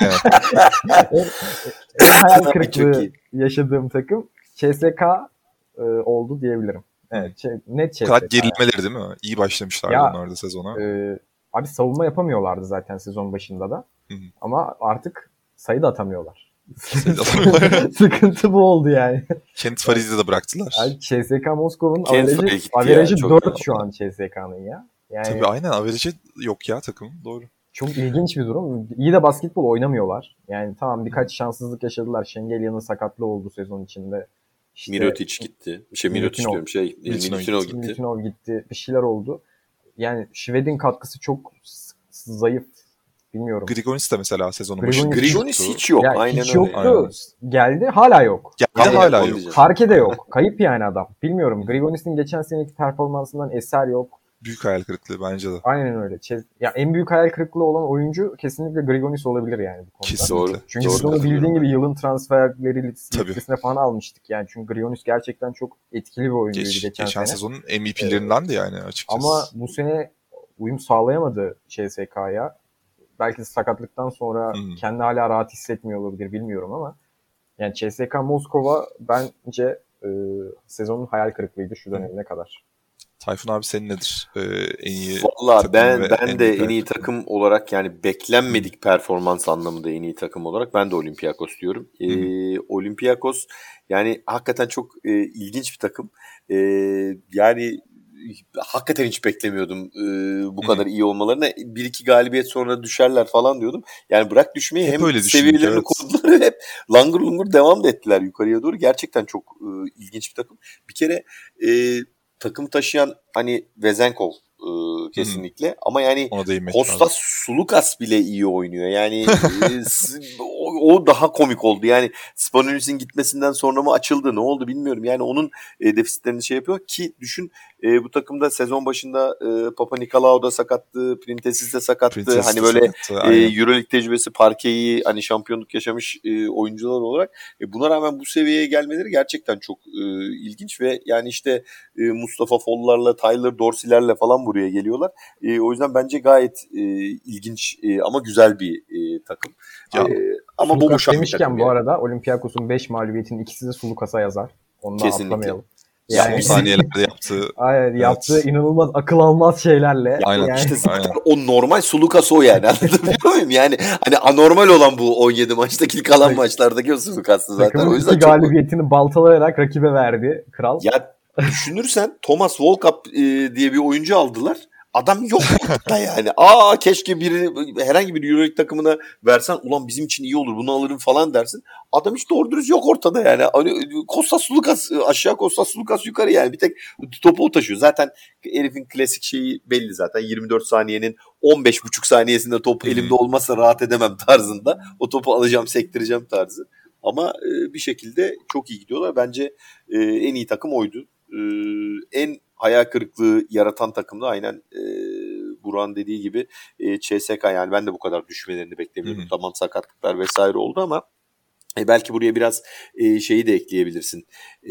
en hayal kırıklığı yaşadığım takım CSK oldu diyebilirim. Evet, net CSK. Bu kadar gerilemeleri değil mi? İyi başlamışlardı onlar da sezona. Abi savunma yapamıyorlardı zaten sezon başında da. Ama artık sayı da atamıyorlar. Sıkıntı bu oldu yani. Kent Fariz'i de bıraktılar. Yani CSK Moskova'nın averajı 4 şu an CSK'nın ya. Yani, tabii aynen averajı yok ya takım. Doğru. Çok ilginç bir durum. İyi de basketbol oynamıyorlar. Yani tamam birkaç şanssızlık yaşadılar. Şengelya'nın sakatlığı oldu sezon içinde. İşte, Mirotic gitti. Milutinov gitti. Milutinov gitti. Bir şeyler oldu. Yani Şved'in katkısı çok zayıf. Bilmiyorum. Grigonis de mesela sezonun başında. Grigonis hiç yok. Yani aynen hiç yoktu. Aynen. Geldi hala yok. Hala yok. Harke de yok. Kayıp yani adam. Bilmiyorum. Grigonis'in geçen seneki performansından eser yok. Büyük hayal kırıklığı bence de. Aynen öyle. Ya en büyük hayal kırıklığı olan oyuncu kesinlikle Grigonis olabilir yani bu konuda. Kesinlikle. Çünkü biz onu bildiğin gibi yılın transferleri listesine falan almıştık. Yani çünkü Grigonis gerçekten çok etkili bir oyuncuydu geçen sene. Geçen sezonun MVP'lerindendi yani açıkçası. Ama bu sene uyum sağlayamadı CSK'ya. Belki de sakatlıktan sonra kendi hala rahat hissetmiyor olabilir bilmiyorum ama yani CSK Moskova bence sezonun hayal kırıklığıydı şu dönemine kadar. Tayfun abi senin nedir en iyi Valla ben de en iyi takım olarak yani beklenmedik performans anlamında en iyi takım olarak ben de Olympiakos diyorum. Olympiakos yani hakikaten çok ilginç bir takım. Yani hakikaten hiç beklemiyordum bu kadar iyi olmalarını. 1-2 galibiyet sonra düşerler falan diyordum. Yani bırak düşmeyi, Hep hem öyle düşündük, seviyelerini evet. korudular, hep langur lungur devam da ettiler yukarıya doğru. Gerçekten çok ilginç bir takım. Bir kere takım taşıyan hani Vezenkov kesinlikle, ama yani Ona değinmek Kostas lazım. Sulukas bile iyi oynuyor. Yani o daha komik oldu. Yani Spanulis'in gitmesinden sonra mı açıldı, ne oldu bilmiyorum. Yani onun defisitlerini şey yapıyor ki düşün, bu takımda sezon başında Papa Nikolaou da sakattı, Printezis de sakattı. Printezis hani de böyle sakattı, aynen. Euroleague tecrübesi, parkeyi hani şampiyonluk yaşamış oyuncular olarak buna rağmen bu seviyeye gelmeleri gerçekten çok ilginç ve yani işte Mustafa Foll'larla, Tyler Dorsey'lerle falan buraya geliyorlar. O yüzden bence gayet ilginç ama güzel bir takım. Ya, Ama Sulukas boğuşan bir demişken takım bu yani. arada Olympiakos'un 5 mağlubiyetinin ikisi de Sulukas'a yazar. Onu da Kesinlikle. atlamayalım. son Yani saniyelerde yaptığı aynen, yaptığı evet. inanılmaz akıl almaz şeylerle. Aynen. Yani İşte zaten Aynen. o normal Sulukas o yani. Anlatabiliyor muyum? Yani hani anormal olan bu 17 maçtaki kalan maçlardaki o Sulukas'tı zaten. O takımın yüzden iki çok... galibiyetini baltalayarak rakibe verdi kral. Ya düşünürsen Thomas Volkap diye bir oyuncu aldılar. Adam yok ortada yani. Keşke herhangi bir Euroleague takımına versen, ulan bizim için iyi olur bunu alırım falan dersin. Adam hiç doğru dürüst yok ortada yani. Hani Kostas Sulukas aşağı, Kostas Sulukas yukarı yani. Bir tek topu o taşıyor. Zaten herifin klasik şeyi belli zaten. 24 saniyenin 15,5 saniyesinde top elimde olmazsa rahat edemem tarzında. O topu alacağım, sektireceğim tarzı. Ama bir şekilde çok iyi gidiyorlar. Bence en iyi takım oydu. En hayal kırıklığı yaratan takım da aynen Burak'ın dediği gibi CSKA. Yani ben de bu kadar düşmelerini beklemiyordum. Tamam, sakatlıklar vesaire oldu ama belki buraya biraz şeyi de ekleyebilirsin.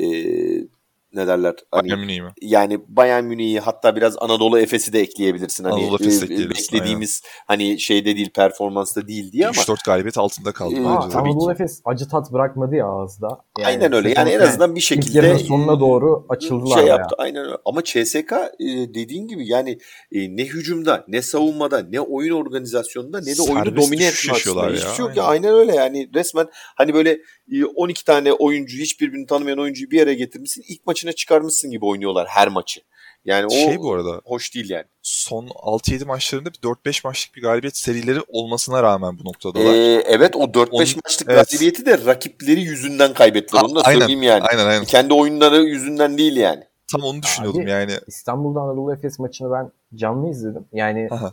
Ne derler? Hani, Bayern Münih mi? yani Bayern Münih'i, hatta biraz Anadolu Efes'i de ekleyebilirsin. Hani Anadolu Efes'i ekleyebilirsin, beklediğimiz hani şeyde değil, performansta değil diye ama 3-4 galibiyet altında kaldı Ama bence de. tabii Anadolu ki. Efes acı tat bırakmadı ya ağızda. Aynen öyle. sezon- Yani en azından bir ilk yarının şekilde sonuna doğru açıldılar şey bayağı. yaptı. Aynen öyle. Ama CSKA dediğin gibi yani ne hücumda, ne savunmada, ne oyun organizasyonunda, ne de oyunu Serbest domine düşüş etme açısından yaşıyorlar hiçbir ya, şey yok ya. aynen. Aynen öyle yani. Resmen hani böyle 12 tane oyuncu, hiçbirbirini tanımayan oyuncuyu bir araya getirmişsin, ilk maçına çıkarmışsın gibi oynuyorlar her maçı. Yani o Bu arada hoş değil yani. son 6-7 maçlarında bir 4-5 maçlık bir galibiyet serileri olmasına rağmen bu noktadalar. Evet, o 4-5 maçlık evet. galibiyeti de rakipleri yüzünden kaybettiler. Onu da Aynen, söyleyeyim yani. aynen. Kendi oyunları yüzünden değil yani. Tam onu düşünüyordum Abi, yani. İstanbul'da Anadolu Efes maçını ben canlı izledim. Yani Aha.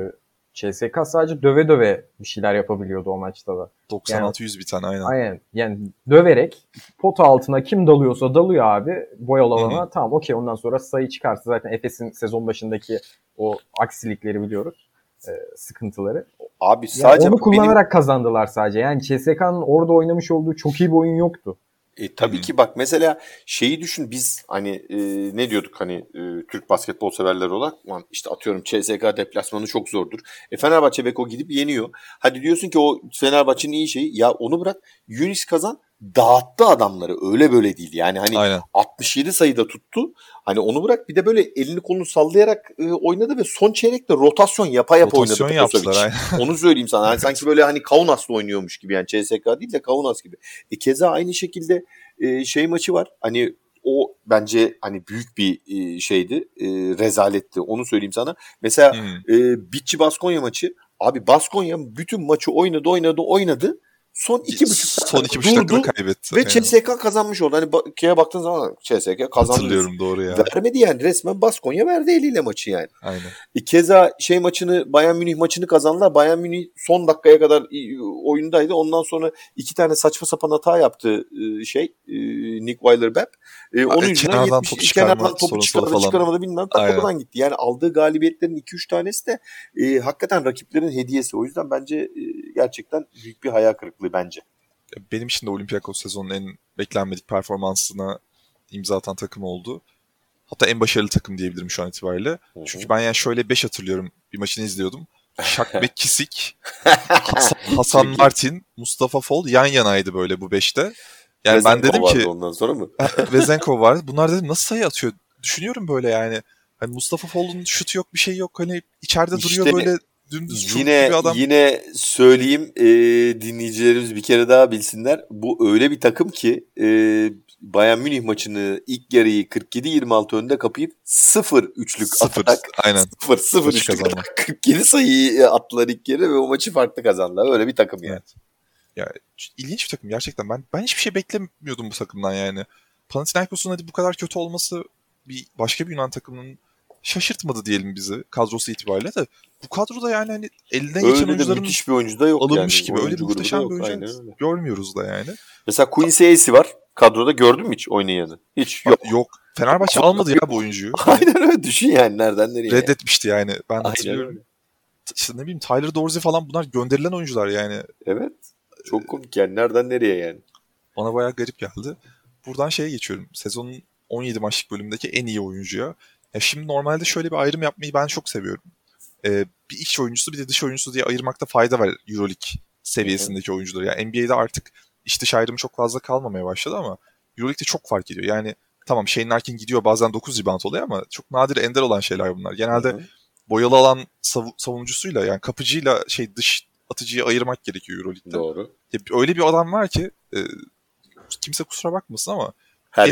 CSKA sadece döve döve bir şeyler yapabiliyordu o maçta da. 96-100 bir tane, aynen. Aynen. Yani döverek pota altına kim dalıyorsa dalıyor abi boyalı alana. Tamam, okey, ondan sonra sayı çıkarsa zaten Efes'in sezon başındaki o aksilikleri biliyoruz. Sıkıntıları. Abi Yani sadece onu kullanarak kazandılar sadece. Yani CSKA'nın orada oynamış olduğu çok iyi bir oyun yoktu. Tabii ki bak mesela şeyi düşün, biz hani ne diyorduk hani Türk basketbol severleri olarak, işte atıyorum CSKA deplasmanı çok zordur. Fenerbahçe Beko gidip yeniyor. Hadi diyorsun ki o Fenerbahçe'nin iyi şeyi, ya onu bırak, Yunis Kazan dağıttı adamları, öyle böyle değil yani, hani Aynen. 67 sayıda tuttu. Hani onu bırak, bir de böyle elini kolunu sallayarak oynadı ve son çeyrekte rotasyon yapa Rotasyon oynadı yaptılar, Popovic. aynen. Onu söyleyeyim sana. Yani sanki böyle hani Kaunas'la oynuyormuş gibi, yani CSKA değil de Kaunas gibi. Keza aynı şekilde şey maçı var. Hani o bence hani büyük bir şeydi. Rezaletti. Onu söyleyeyim sana. Mesela Bitçi Baskonya maçı. Abi Baskonya bütün maçı oynadı. Son 2,5 dakikada durdu kaybetti. ve CSKA kazanmış oldu. Hani şeye baktığın zaman CSKA kazandı. Hatırlıyorum, doğru ya. Vermedi yani, resmen Baskonya verdi eliyle maçı yani. Aynen. Keza şey maçını, Bayern Münih maçını kazandılar. Bayern Münih son dakikaya kadar oyundaydı. Ondan sonra 2 tane saçma sapan hata yaptı Nick Weiler-Bepp. Onun yüzünden kenardan topu çıkarma sorunsal falan. Çıkaramadı bilmem. Tak oradan gitti. Yani aldığı galibiyetlerin 2-3 tanesi de hakikaten rakiplerin hediyesi. O yüzden bence gerçekten büyük bir hayal kırıklığı bence. Benim için de Olympiakos sezonun en beklenmedik performansına imza atan takım oldu. Hatta en başarılı takım diyebilirim şu an itibariyle. Hı-hı. Çünkü ben yani şöyle 5 hatırlıyorum. Bir maçını izliyordum. Shaq McKissick, Hasan Martin, Mustafa Fall yan yanaydı böyle bu 5'te. Yani Vezenkov ben dedim ki ondan sonra mı? Vezenkov vardı. Bunlar dedim nasıl sayı atıyor? Düşünüyorum böyle yani. Hani Mustafa Fall'un şutu yok, bir şey yok. Hani içeride işte, duruyor böyle dümdüz çubuk gibi adam. Yine söyleyeyim, dinleyicilerimiz bir kere daha bilsinler. Bu öyle bir takım ki Bayern Münih maçını ilk yarıyı 47-26 önde kapayıp 0 üçlük atarak aynen. 0 üçlük atarak 47 sayıyı attılar ilk yarı ve o maçı farklı kazandılar. Öyle bir takım yani. Evet. Ya ilginç bir takım gerçekten. Ben hiçbir şey beklemiyordum bu takımdan yani. Panathinaikos'un hadi bu kadar kötü olması başka bir Yunan takımının şaşırtmadı diyelim bizi kadrosu itibariyle de. Bu kadroda yani hani elinden geçen oyuncuların müthiş bir oyuncu da yok alınmış yani. gibi. Öyle bir muhteşem bir oyuncu görmüyoruz da yani. Mesela Quincy Acey var. Kadroda gördün mü hiç oynayanı? Hiç yok. Yok. Fenerbahçe almadı ya bu oyuncuyu. Aynen öyle. Düşün yani nereden nereye. Reddetmişti yani. Ben Aynen hatırlıyorum. öyle. İşte ne bileyim Tyler Dorsey falan bunlar gönderilen oyuncular yani. Evet. Çok komik yani. Nereden nereye yani. Bana bayağı garip geldi. Buradan şeye geçiyorum. Sezonun 17 maçlık bölümündeki en iyi oyuncuya. Ya şimdi normalde şöyle bir ayrım yapmayı ben çok seviyorum. Bir iç oyuncusu bir de dış oyuncusu diye ayırmakta fayda var EuroLeague seviyesindeki oyuncuları. Yani NBA'de artık iç dış ayrımı çok fazla kalmamaya başladı ama EuroLeague'de çok fark ediyor. Yani tamam Shane Larkin gidiyor bazen 9 rebound oluyor ama çok nadir ender olan şeyler bunlar. Genelde boyalı alan savunucusuyla yani kapıcıyla dış atıcıyı ayırmak gerekiyor EuroLeague'de. Doğru. Öyle bir adam var ki kimse kusura bakmasın ama Her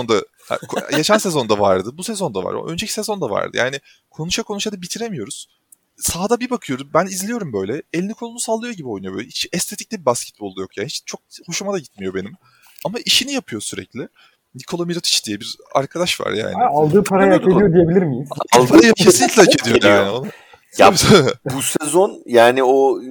geçen sezonda vardı. Bu sezonda var. Önceki sezonda vardı. Yani konuşa da bitiremiyoruz. Sahada bir bakıyorum. Ben izliyorum böyle. Elini kolunu sallıyor gibi oynuyor böyle. Hiç estetikli bir basketbol da yok ya. Hiç çok hoşuma da gitmiyor benim. Ama işini yapıyor sürekli. Nikola Mirotic diye bir arkadaş var yani. Aldığı parayı hak ediyor diyebilir miyiz? Aldığı parayı kesinlikle hak ediyor yani. Ya bu sezon yani o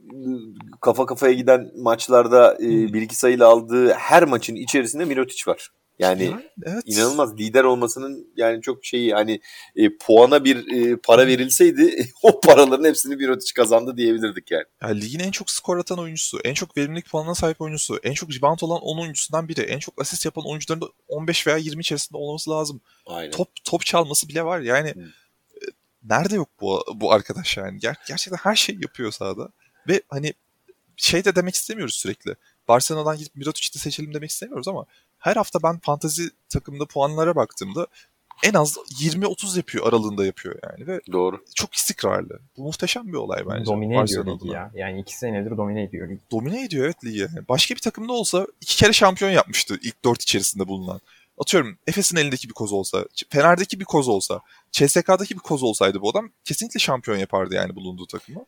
kafa kafaya giden maçlarda 1-2 sayıyla aldığı her maçın içerisinde Mirotic var. Yani evet. İnanılmaz lider olmasının yani çok şeyi hani puana bir para verilseydi o paraların hepsini Mirotic kazandı diyebilirdik yani. Yani ligin en çok skor atan oyuncusu, en çok verimlilik puanına sahip oyuncusu, en çok rebound olan 10 oyuncusundan biri, en çok asist yapan oyuncuların da 15 veya 20 içerisinde olması lazım. Aynen. Top çalması bile var yani. Nerede yok bu arkadaş yani? Gerçekten her şeyi yapıyor sahada. Ve hani de demek istemiyoruz sürekli. Barcelona'dan gidip Mirotic'i seçelim demek istemiyoruz ama her hafta ben fantasy takımında puanlara baktığımda en az 20-30 yapıyor aralığında yapıyor yani ve doğru. Çok istikrarlı. Bu muhteşem bir olay bence. Domine ediyor ligi ya. Yani 2 senedir domine ediyor ligi. Domine ediyor evet ligi. Başka bir takımda olsa 2 kere şampiyon yapmıştı ilk 4 içerisinde bulunan. Atıyorum Efes'in elindeki bir koz olsa, Fener'deki bir koz olsa, CSK'daki bir koz olsaydı bu adam kesinlikle şampiyon yapardı yani bulunduğu takımı.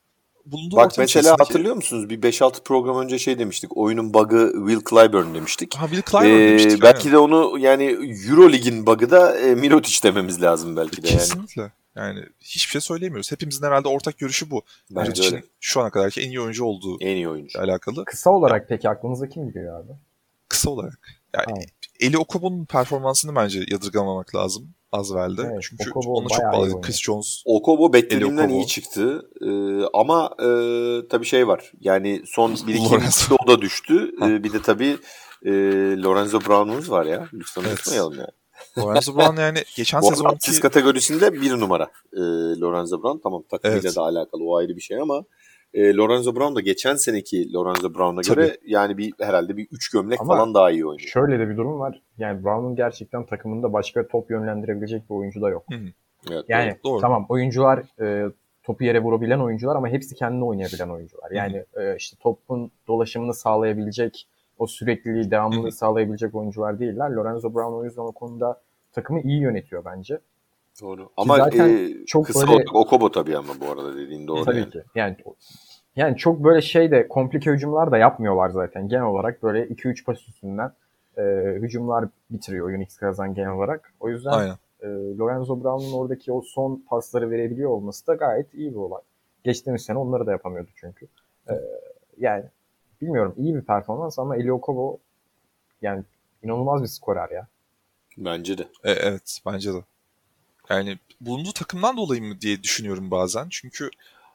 Bak mesela hatırlıyor musunuz? Bir 5-6 program önce demiştik. Oyunun bug'ı Will Clyburn demiştik. Will Clyburn demiştik. Belki de onu yani Eurolig'in bug'ı da Mirotic dememiz lazım belki de. Kesinlikle. Yani hiçbir şey söyleyemiyoruz. Hepimizin herhalde ortak görüşü bu. Mirotic'in şu ana kadarki en iyi oyuncu olduğu alakalı. Kısa olarak peki aklınıza kim geliyor abi? Kısa olarak. Yani Eli Okobo'nun performansını bence yadırgamamak lazım Asvel'de. Evet, çünkü ona çok bağlı. Chris Jones. Okobo beklediğimden iyi çıktı. Ama tabii var. Yani son 1-2 maçta o da düştü. Bir de tabii Lorenzo Brown'umuz var ya. Lütfen unutmayalım yani. Lorenzo Brown yani geçen sezonki... Asist kategorisinde 1 numara Lorenzo Brown. Tamam takımıyla da alakalı o ayrı bir şey ama Lorenzo Brown da geçen seneki Lorenzo Brown'a göre yani herhalde bir 3 gömlek ama falan daha iyi oynuyor. Şöyle de bir durum var. Yani Brown'un gerçekten takımında başka top yönlendirebilecek bir oyuncu da yok. Evet, yani doğru. Tamam oyuncular topu yere vurabilen oyuncular ama hepsi kendine oynayabilen oyuncular. Yani işte topun dolaşımını sağlayabilecek, o sürekliliği, devamlılığı sağlayabilecek oyuncular değiller. Lorenzo Brown o yüzden o konuda takımı iyi yönetiyor bence. Doğru. Ama çok kısa böyle... Okobo tabii ama bu arada dediğin doğru. Tabii ki. Yani çok böyle komplike hücumlar da yapmıyorlar zaten. Genel olarak böyle 2-3 pas üstünden hücumlar bitiriyor Unix kazan genel olarak. O yüzden Lorenzo Brown'un oradaki o son pasları verebiliyor olması da gayet iyi bir olay. Geçtiğimiz sene onları da yapamıyordu çünkü. Yani bilmiyorum iyi bir performans ama Eli Okobo yani inanılmaz bir skorer ya. Bence de. Evet bence de. Yani bulunduğu takımdan dolayı mı diye düşünüyorum bazen. Çünkü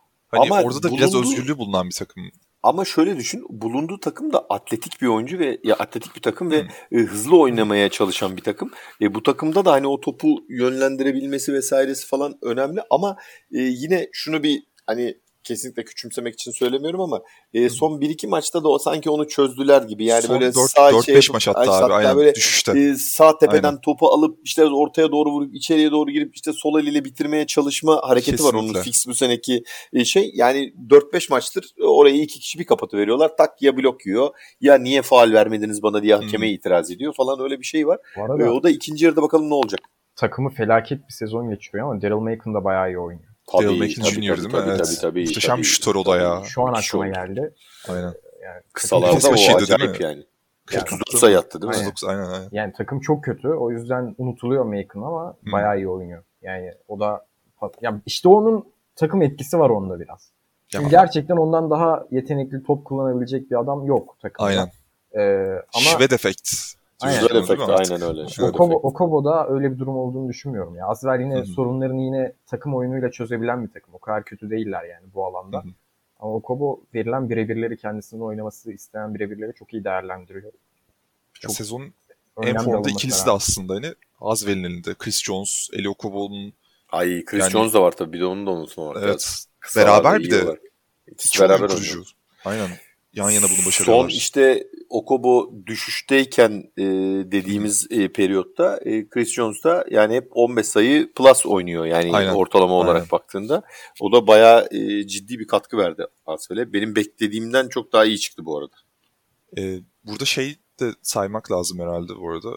ama orada da biraz özgürlüğü bulunan bir takım. Ama şöyle düşün, bulunduğu takım da atletik bir oyuncu ve atletik bir takım ve hızlı oynamaya çalışan bir takım. Bu takımda da hani o topu yönlendirebilmesi vesairesi falan önemli ama yine şunu bir hani kesinlikle küçümsemek için söylemiyorum ama son 1-2 maçta da o sanki onu çözdüler gibi. Yani Son böyle 4-5 maç hatta aynen böyle düşüşte. sağ tepeden Aynen. topu alıp işte ortaya doğru vurup içeriye doğru girip işte sol eliyle bitirmeye çalışma hareketi var Kesinlikle. onun fix bu seneki şey. Yani 4-5 maçtır orayı 2 kişi bir kapatıveriyorlar. Tak ya blok yiyor ya niye faul vermediniz bana diye hakeme itiraz ediyor falan, öyle bir şey var. Bu arada O da ikinci yarıda bakalım ne olacak. takımı felaket bir sezon geçiriyor ama Daryl Macon da bayağı iyi oynuyor. Daryl Macon Jr. değil mi? Evet. Tabii. Muhteşem şutör o da ya. Şu an Müthiş aklıma oldu. geldi. Aynen. Yani Kısalarda Takım o başıydı, acayip değil mi? yani. Yani 39 sayı attı değil mi? Aynen. 39 aynen. Yani takım çok kötü. O yüzden unutuluyor Macon ama bayağı iyi oynuyor. Yani o da ya işte onun takım etkisi var onda biraz. Çünkü gerçekten ondan daha yetenekli top kullanabilecek bir adam yok takımda. Aynen. Ama Şivet efekt. Şivet efekt aynen öyle. Okobo'da öyle bir durum olduğunu düşünmüyorum. Ya Asvel yine sorunlarını yine takım oyunuyla çözebilen bir takım. O kadar kötü değiller yani bu alanda. Ama Okobo verilen birebirleri, kendisinin oynaması isteyen birebirleri çok iyi değerlendiriyor. Çok sezonun en formda ikilisi de aslında hani Asvel'in elinde. Chris Jones, Eli Okobo'nun. Chris Jones da var tabii, bir de onu da unutmamak lazım. Evet. Beraber bir de. İkisi beraber oynuyor. Aynen. Yan yana bunu başarıyorlar. Son işte Okobo düşüşteyken dediğimiz periyotta Chris Jones da yani hep 15 sayı plus oynuyor yani ortalama olarak baktığında. O da bayağı ciddi bir katkı verdi Asvel'e. Benim beklediğimden çok daha iyi çıktı bu arada. Burada şey de saymak lazım herhalde bu arada.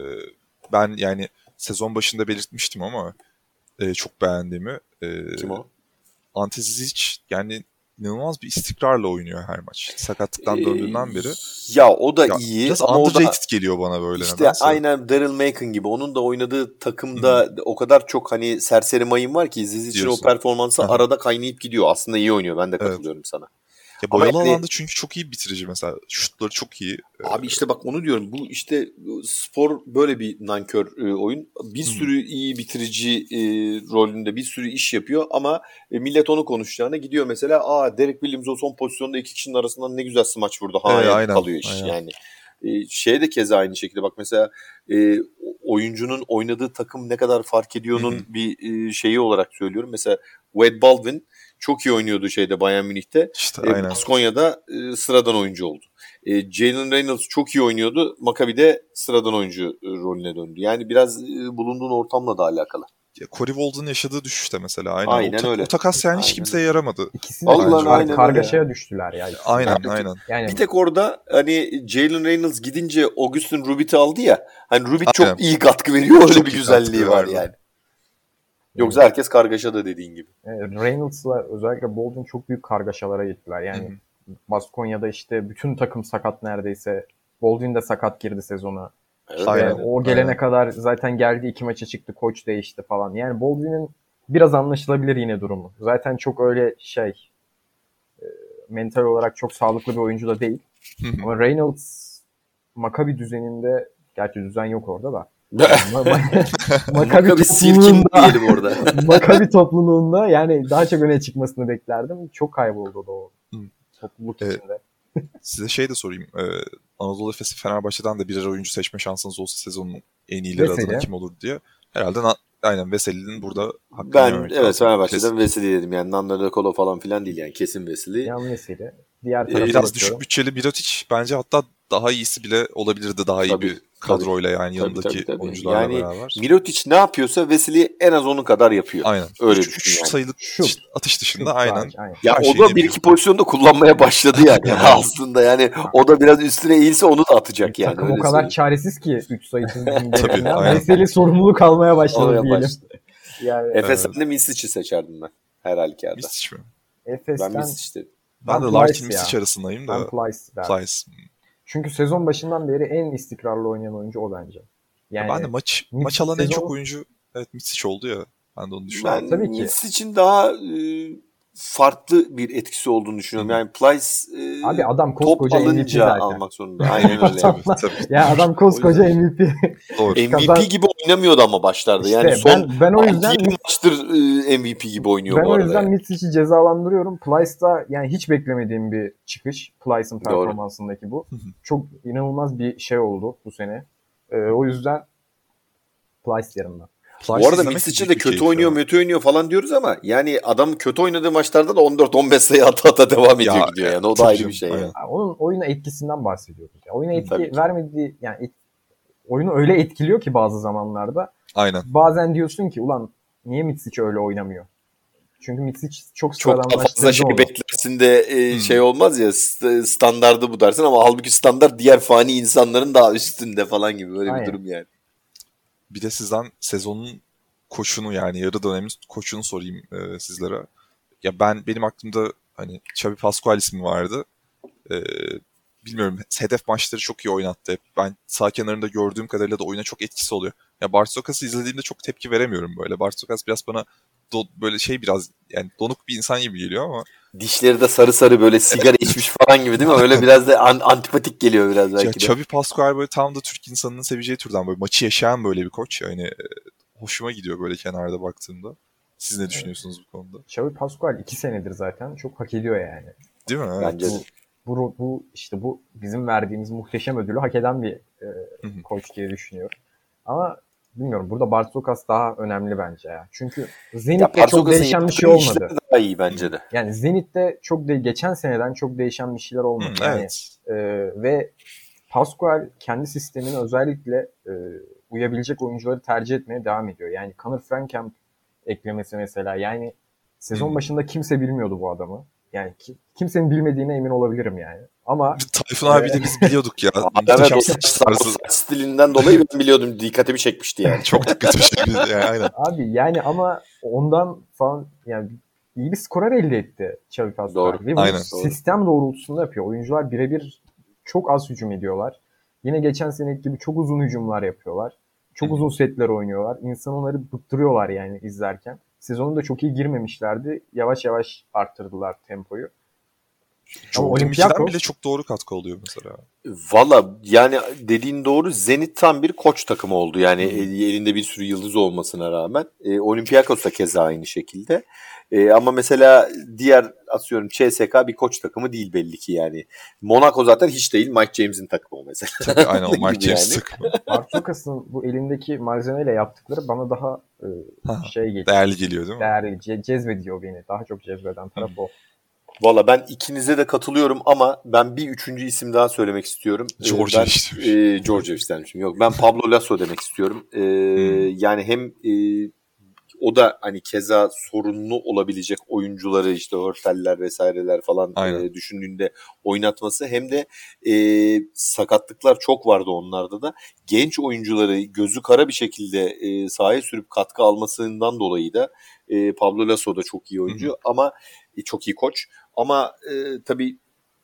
Ben yani sezon başında belirtmiştim ama çok beğendiğimi. Kim o? Ante Zizic yani inanılmaz bir istikrarla oynuyor her maç. Sakatlıktan döndüğünden beri. Ya o da iyi. Biraz ama underrated o da geliyor bana böyle. İşte nedense. aynen Daryl Macon gibi. Onun da oynadığı takımda o kadar çok hani serseri mayın var ki Zizic'in o performansı arada kaynayıp gidiyor. Aslında iyi oynuyor. Ben de katılıyorum sana. Ya boyalı alanda çünkü çok iyi bitirici mesela. Şutları çok iyi. Abi işte bak onu diyorum. Bu işte spor böyle bir nankör oyun. Bir sürü iyi bitirici rolünde bir sürü iş yapıyor ama millet onu konuşacağına gidiyor mesela. Derek Williams o son pozisyonda iki kişinin arasından ne güzel smaç vurdu. Kalıyor iş yani. Şeye de keza aynı şekilde bak mesela oyuncunun oynadığı takım ne kadar fark ediyor'nun bir şeyi olarak söylüyorum. Mesela Wade Baldwin çok iyi oynuyordu Bayern Münih'te. Baskonya'da sıradan oyuncu oldu. Jalen Reynolds çok iyi oynuyordu. Maccabi'de sıradan oyuncu rolüne döndü. Yani biraz bulunduğun ortamla da alakalı. Corey Walden'ın yaşadığı düşüşte mesela. Aynen öyle. O takas yani hiç kimseye yaramadı. İkisi de kargaşaya düştüler yani. Aynen. Yani bir tek orada hani Jalen Reynolds gidince Augustin Rubit'i aldı ya. Hani Rubit çok iyi katkı veriyor. Öyle çok bir güzelliği var yani. Yoksa herkes kargaşada dediğin gibi. Reynolds'la özellikle Bolden çok büyük kargaşalara gittiler. Yani Baskonya'da işte bütün takım sakat neredeyse. Bolden de sakat girdi sezona. O gelene kadar zaten geldi 2 maça çıktı. Koç değişti falan. Yani Baldwin'in biraz anlaşılabilir yine durumu. Zaten çok öyle mental olarak çok sağlıklı bir oyuncu da değil. Ama Reynolds Maccabi düzeninde, gerçi düzen yok orada da. Maccabi sirkin diyelim orada. Maccabi topluluğunda yani daha çok öne çıkmasını beklerdim. Çok kayboldu o topluluk içinde. Size de sorayım. Anadolu Efes'i Fenerbahçe'den de birer oyuncu seçme şansınız olsa sezonun en iyileri adına kim olur diye. Herhalde aynen Veseli'nin burada hakkını yememek lazım. Fenerbahçe'den Veseli dedim yani. Nando De Colo falan filan değil yani. Kesin Veseli. Yan Veseli. Diğer biraz düşük bütçeli Mirotic bence hatta daha iyisi bile olabilirdi. Daha iyi bir kadroyla yani yanındaki oyuncularla yani beraber. Mirotic ne yapıyorsa Veseli en az onun kadar yapıyor. Aynen. Öyle 3 yani. sayılık atış dışında aynen. Ya o da 1-2 pozisyonda kullanmaya başladı yani. Aslında yani o da biraz üstüne eğilse onu da atacak yani. Takım o kadar çaresiz ki 3 sayı çizdiğinde. Veseli sorumluluk almaya başladı diyelim. Yani, Efes'ten de Misic'i seçerdim ben her halükarda. Misic mi? Ben Misic dedim. Ben de Larkin Misic arasındayım da. Ben Plyce. Çünkü sezon başından beri en istikrarlı oynayan oyuncu o bence. Yani ben de maç alan en çok oyuncu Misic oldu ya. Ben de onu düşünüyorum. Tabii ki. Misic'in daha farklı bir etkisi olduğunu düşünüyorum. Yani Plyce abi adam top alınca almak zorunda. Aynen öyle. Tabii. Ya adam koskoca MVP. Doğru. MVP gibi oynamıyordu ama başlarda. İşte yani son ben o yüzden maçtır MVP gibi oynuyor bu arada. Ben o yüzden yani. Mitsic'i cezalandırıyorum. Plyce'da yani hiç beklemediğim bir çıkış. Plyce'ın performansındaki bu. Çok inanılmaz bir şey oldu bu sene. O yüzden Plyce derim ben. Plyce Bu arada izlemek Mitsic'e büyük de bir kötü keyif oynuyor, ya. kötü oynuyor falan diyoruz ama yani adam kötü oynadığı maçlarda da 14-15 sayı ata devam ediyor Ya, gidiyor yani. O da tabii ayrı canım, bir şey aynen. yani. Yani onun oyuna etkisinden bahsediyoruz. Yani oyuna Tabii etki ki. vermediği yani oyunu öyle etkiliyor ki bazı zamanlarda. Aynen. Bazen diyorsun ki ulan niye Mitsic öyle oynamıyor? Çünkü Mitsic çok Çok da fazla sıradanlaştırdı şey onu. beklersin de şey olmaz ya, standardı bu dersin ama halbuki standart diğer fani insanların daha üstünde falan gibi böyle bir Aynen. durum yani. Bir de sizden sezonun koçunu, yani yarı dönemin koçunu sorayım sizlere. Ya benim aklımda hani Xavi Pascual ismi vardı. E, Bilmiyorum, hedef maçları çok iyi oynattı hep. Ben sağ kenarında gördüğüm kadarıyla da oyuna çok etkisi oluyor. Ya Barçokas'ı izlediğimde çok tepki veremiyorum böyle. Barçokas biraz bana böyle biraz yani donuk bir insan gibi geliyor ama Dişleri de sarı sarı böyle sigara içmiş falan gibi değil mi? Öyle biraz da antipatik geliyor biraz ya belki de. Xavi Pascual böyle tam da Türk insanının seveceği türden, böyle maçı yaşayan böyle bir koç. Yani hoşuma gidiyor böyle kenarda baktığımda. Siz ne düşünüyorsunuz bu konuda? Xavi Pascual 2 senedir zaten çok hak ediyor yani. Değil mi? Evet. Bence de. Bu bizim verdiğimiz muhteşem ödülü hak eden bir koç diye düşünüyorum. Ama bilmiyorum, burada Bartokas daha önemli bence ya. Çünkü Zenit'te çok değişen bir şey olmadı. Daha iyi bence de. Yani Zenit'te geçen seneden çok değişen bir şeyler olmadı. Yani Evet. ve Pascual kendi sistemine özellikle uyabilecek oyuncuları tercih etmeye devam ediyor. Yani Conor Frankamp eklemesi mesela. Yani sezon başında kimse bilmiyordu bu adamı. Yani kimsenin bilmediğine emin olabilirim yani. Ama Tayfun abi de biz biliyorduk ya. Evet, Muhteşem o saç saç tarzı. stilinden dolayı ben biliyordum. Dikkatimi çekmişti yani. Çok dikkatimi çekti. Yani aynen. abi yani ama ondan falan yani iyi bir skorer elde etti Xavi Pascual. Doğru. Ve bunu Aynen. sistem doğrultusunda yapıyor. Oyuncular birebir çok az hücum ediyorlar. Yine geçen seneki gibi çok uzun hücumlar yapıyorlar. Çok uzun setler oynuyorlar. İnsan onları bıktırıyorlar yani izlerken. Sezonu da çok iyi girmemişlerdi. Yavaş yavaş arttırdılar tempoyu. Ama Jordan Michi'den bile Olympiakos çok doğru katkı oluyor mesela. Valla yani dediğin doğru. Zenit tam bir koç takımı oldu. Yani elinde bir sürü yıldız olmasına rağmen. Olympiakos da keza aynı şekilde. Ama mesela diğer atıyorum CSKA bir koç takımı değil belli ki yani. Monaco zaten hiç değil. Mike James'in takımı o mesela. Tabii aynen, o Mike Gibi James yani. takımı. Bartokas'ın bu elindeki malzemeyle yaptıkları bana daha geliyor. Değerli geliyor değil mi? Değerli, cezbediyor beni. Daha çok cezbeden taraf o. Valla ben ikinize de katılıyorum ama ben bir üçüncü isim daha söylemek istiyorum. Djordjevic demiş. Djordjevic demişim. Yok, ben Pablo Lasso demek istiyorum. Yani hem o da hani keza sorunlu olabilecek oyuncuları işte Hörtel'ler vesaireler falan düşündüğünde oynatması, hem de sakatlıklar çok vardı onlarda da. Genç oyuncuları gözü kara bir şekilde sahaya sürüp katkı almasından dolayı da Pablo Lasso da çok iyi oyuncu ama çok iyi koç. Ama tabii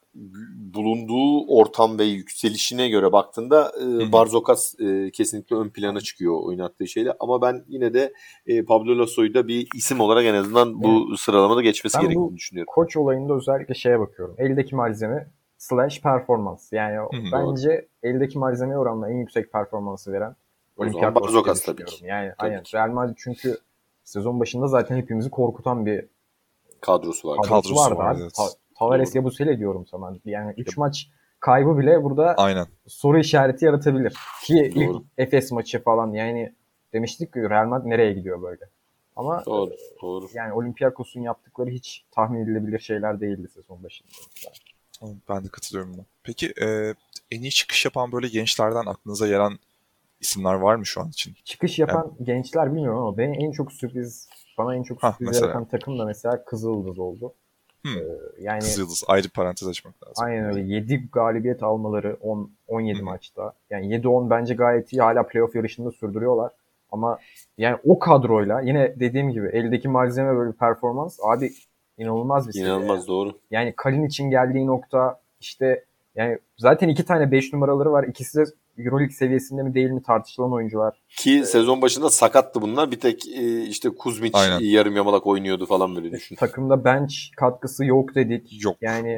bulunduğu ortam ve yükselişine göre baktığında Barzokas kesinlikle ön plana çıkıyor oynattığı şeyle. Ama ben yine de Pablo Lasso'yu da bir isim olarak en azından bu sıralamada geçmesi gerektiğini düşünüyorum. Koç olayında özellikle şeye bakıyorum. Eldeki malzeme / performans. Yani bence eldeki malzemeye oranla en yüksek performansı veren Olympiakos Barzokas tabii ki. Yani aynen. Real Madrid çünkü sezon başında zaten hepimizi korkutan bir kadrosu var. Kadrosu vardı abi. Evet. Tavares Yabusele diyorum sana. Yani 3 maç kaybı bile burada soru işareti yaratabilir. Ki ilk Efes maçı falan yani demiştik ki Real Madrid nereye gidiyor böyle. Ama doğru. Yani Olympiakos'un yaptıkları hiç tahmin edilebilir şeyler değildi sezon başında. Ben de katılıyorum buna. Peki en iyi çıkış yapan böyle gençlerden aklınıza gelen isimler var mı şu an için? Çıkış yapan gençler bilmiyorum ama bana en çok sürpriz yaratan takım da mesela Kızıldız oldu. Yani Kızıldız ayrı parantez açmak lazım. Aynen öyle. 7 galibiyet almaları 17 maçta. Yani 7-10 bence gayet iyi. Hala playoff yarışında sürdürüyorlar. Ama yani o kadroyla yine dediğim gibi eldeki malzeme böyle performans abi inanılmaz bir seviye. İnanılmaz doğru. Yani Kalin için geldiği nokta işte yani zaten 2 tane 5 numaraları var. İkisi de Euroleague seviyesinde mi değil mi tartışılan oyuncular. Ki sezon başında sakattı bunlar. Bir tek işte Kuzmic yarım yamalak oynuyordu falan böyle düşün. Takımda bench katkısı yok dedik. Yok. Yani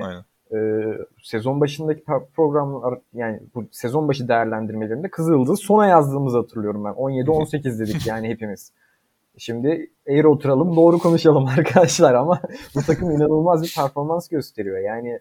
sezon başındaki programlar yani bu sezon başı değerlendirmelerinde Kızıldız sona yazdığımızı hatırlıyorum ben. 17-18 dedik yani hepimiz. Şimdi eğri oturalım doğru konuşalım arkadaşlar ama bu takım inanılmaz bir performans gösteriyor. Yani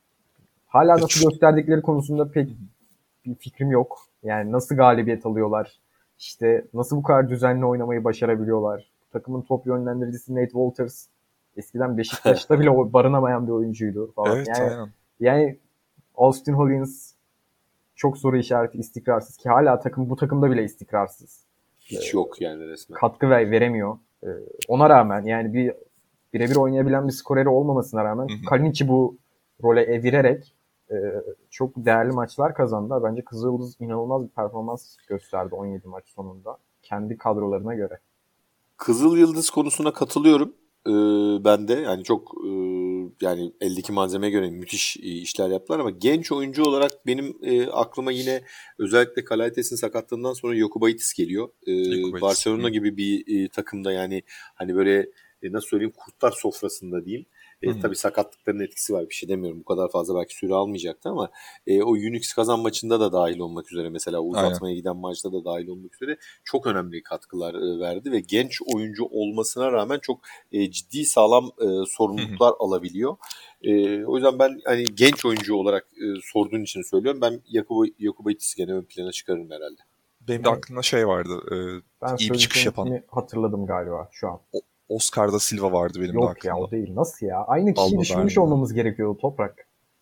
hala nasıl gösterdikleri konusunda pek bir fikrim yok. Yani nasıl galibiyet alıyorlar? İşte nasıl bu kadar düzenli oynamayı başarabiliyorlar? Takımın top yönlendiricisi Nate Walters. Eskiden Beşiktaş'ta bile barınamayan bir oyuncuydu falan. Evet, Yani, aynen. yani Austin Hollins çok soru işareti, istikrarsız ki hala bu takımda bile istikrarsız. Hiç yok yani resmen. Katkı veremiyor. Ona rağmen yani birebir oynayabilen bir skoreri olmamasına rağmen Kalinic'i bu role evirerek çok değerli maçlar kazandı. Bence Kızılyıldız inanılmaz bir performans gösterdi 17 maç sonunda. Kendi kadrolarına göre. Kızılyıldız konusuna katılıyorum. Ben de yani çok yani eldeki malzemeye göre müthiş işler yaptılar ama genç oyuncu olarak benim aklıma yine özellikle Kalaites'in sakatlığından sonra Jokubaitis geliyor. Barcelona gibi bir takımda yani hani böyle nasıl söyleyeyim kurtlar sofrasında diyeyim. Tabii sakatlıkların etkisi var. Bir şey demiyorum. Bu kadar fazla belki süre almayacaktı ama o Unix kazan maçında da dahil olmak üzere mesela uzatmaya giden maçta da dahil olmak üzere çok önemli katkılar verdi ve genç oyuncu olmasına rağmen çok ciddi sağlam sorumluluklar alabiliyor. O yüzden ben hani genç oyuncu olarak sorduğun için söylüyorum. Ben Jokubaitis'i gene ön plana çıkarırım herhalde. Benim de aklımda şey vardı. Ben iyi bir çıkış yapan. Hatırladım galiba şu an. Oscar da Silva vardı benim de aklımda. Yok ya o değil. Nasıl ya? Aynı kişiyi düşünmüş olmamız gerekiyor Toprak.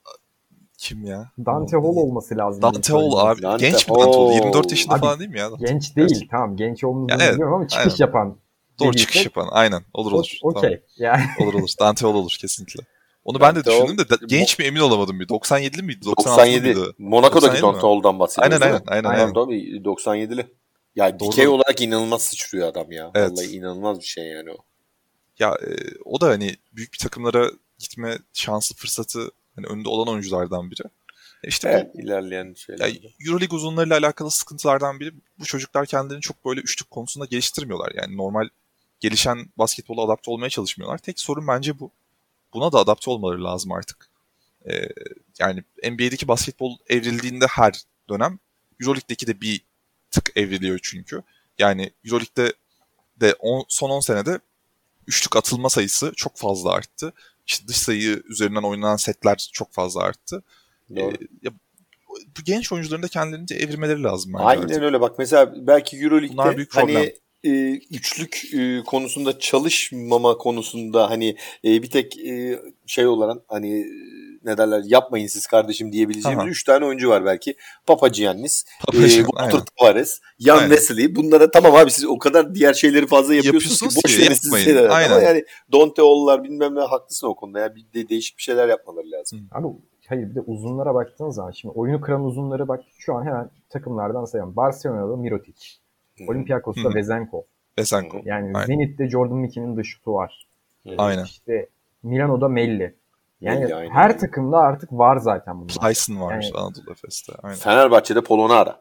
Kim ya? Dante Hall olması lazım. Dante Hall abi. Dante Genç mi Dante Hall? 24 yaşında abi, falan değil mi ya? Genç değil. Evet. Tamam genç olduğunu biliyorum ama çıkış yapan. Doğru çıkış yapan. Aynen. Olur. Okey. Tamam. Yani. Olur. Dante Hall olur kesinlikle. Onu ben de düşündüm de genç mi emin olamadım bir. 97'li miydi? 97. Monaco'daki Dante Hall'dan bahsediyoruz. Aynen. Tabii 97'li. Ya dikey olarak inanılmaz sıçrıyor adam ya. Evet. Vallahi inanılmaz bir şey yani o. Ya o da hani büyük bir takımlara gitme şansı fırsatı hani önünde olan oyunculardan biri. İşte evet, ilerleyen şeyler. Yani Euroleague uzunlarıyla alakalı sıkıntılardan biri bu çocuklar kendilerini çok böyle üçlük konusunda geliştirmiyorlar. Yani normal gelişen basketbola adapte olmaya çalışmıyorlar. Tek sorun bence bu. Buna da adapte olmaları lazım artık. Yani NBA'deki basketbol evrildiğinde her dönem Euroleague'deki de bir tık evriliyor çünkü. Yani Euroleague'de de son 10 senede üçlük atılma sayısı çok fazla arttı. İşte dış sayı üzerinden oynanan setler çok fazla arttı. Bu genç oyuncuların da kendilerini evirmeleri lazım bence. Aynen artık. Öyle bak mesela belki Euroleague'de hani üçlük konusunda çalışmama konusunda hani bir tek şey olarak hani ne derler yapmayın siz kardeşim diyebileceğimiz 3 tane oyuncu var belki. Papagiannis, Walter Tavares, Jan Vesely. Bunlara tamam abi siz o kadar diğer şeyleri fazla yapıyorsunuz ki boş verin siz ama yani Dante Hall'lar bilmem ne haklısın o konuda. Yani bir değişik bir şeyler yapmaları lazım. Abi hayır bir de uzunlara baktığın zaman şimdi oyunu kıran uzunları bak şu an hemen takımlardan sayalım. Barcelona'da Mirotic, Olympiakos'ta Vezenkov. Yani Zenit'te Jordan Mickey'nin de şutu var. Aynen. İşte Milano'da Melli. Yani her takımda artık var zaten bunlar. Tyson var yani, Anadolu Efes'te. Aynen. Fenerbahçe'de Polonara.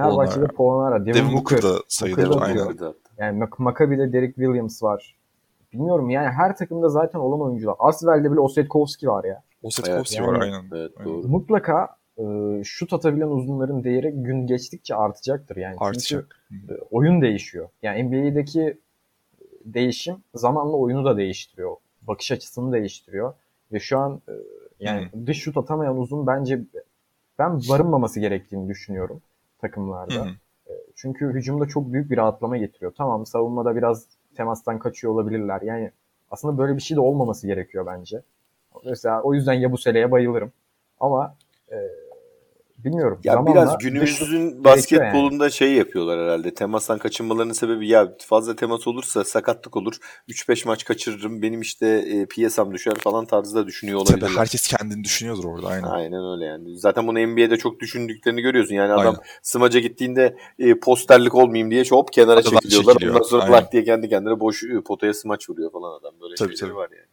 Devin Booker'da sayılır. Aynen. Yani Maccabi'de Derek Williams var. Bilmiyorum yani her takımda zaten olan oyuncular. Asvel'de bile Osetkovski var ya. Osetkovski var aynen. Evet, doğru. Mutlaka şut atabilen uzunların değeri gün geçtikçe artacaktır yani. Artacak. Çünkü oyun değişiyor. Yani NBA'deki değişim zamanla oyunu da değiştiriyor. Bakış açısını değiştiriyor. Ve şu an yani dış şut atamayan uzun bence ben barınmaması gerektiğini düşünüyorum takımlarda. Çünkü hücumda çok büyük bir rahatlama getiriyor. Tamam savunmada biraz temastan kaçıyor olabilirler. Yani aslında böyle bir şey de olmaması gerekiyor bence. Mesela o yüzden Yabusela'ya bayılırım. Ama bilmiyorum. Ya biraz günümüzün basketbolunda yani. Şey yapıyorlar herhalde. Temastan kaçınmalarının sebebi ya fazla temas olursa sakatlık olur. 3-5 maç kaçırırım. Benim işte piyasam düşer falan tarzda düşünüyor olabilirler. Tabii herkes kendini düşünüyordur orada. Aynen öyle yani. Zaten bunu NBA'de çok düşündüklerini görüyorsun. Yani adam smaca gittiğinde posterlik olmayayım diye hop kenara çekiliyorlar. Bundan sonra lak diye kendi kendine boş potaya smaç vuruyor falan adam. Böyle şeyleri var yani.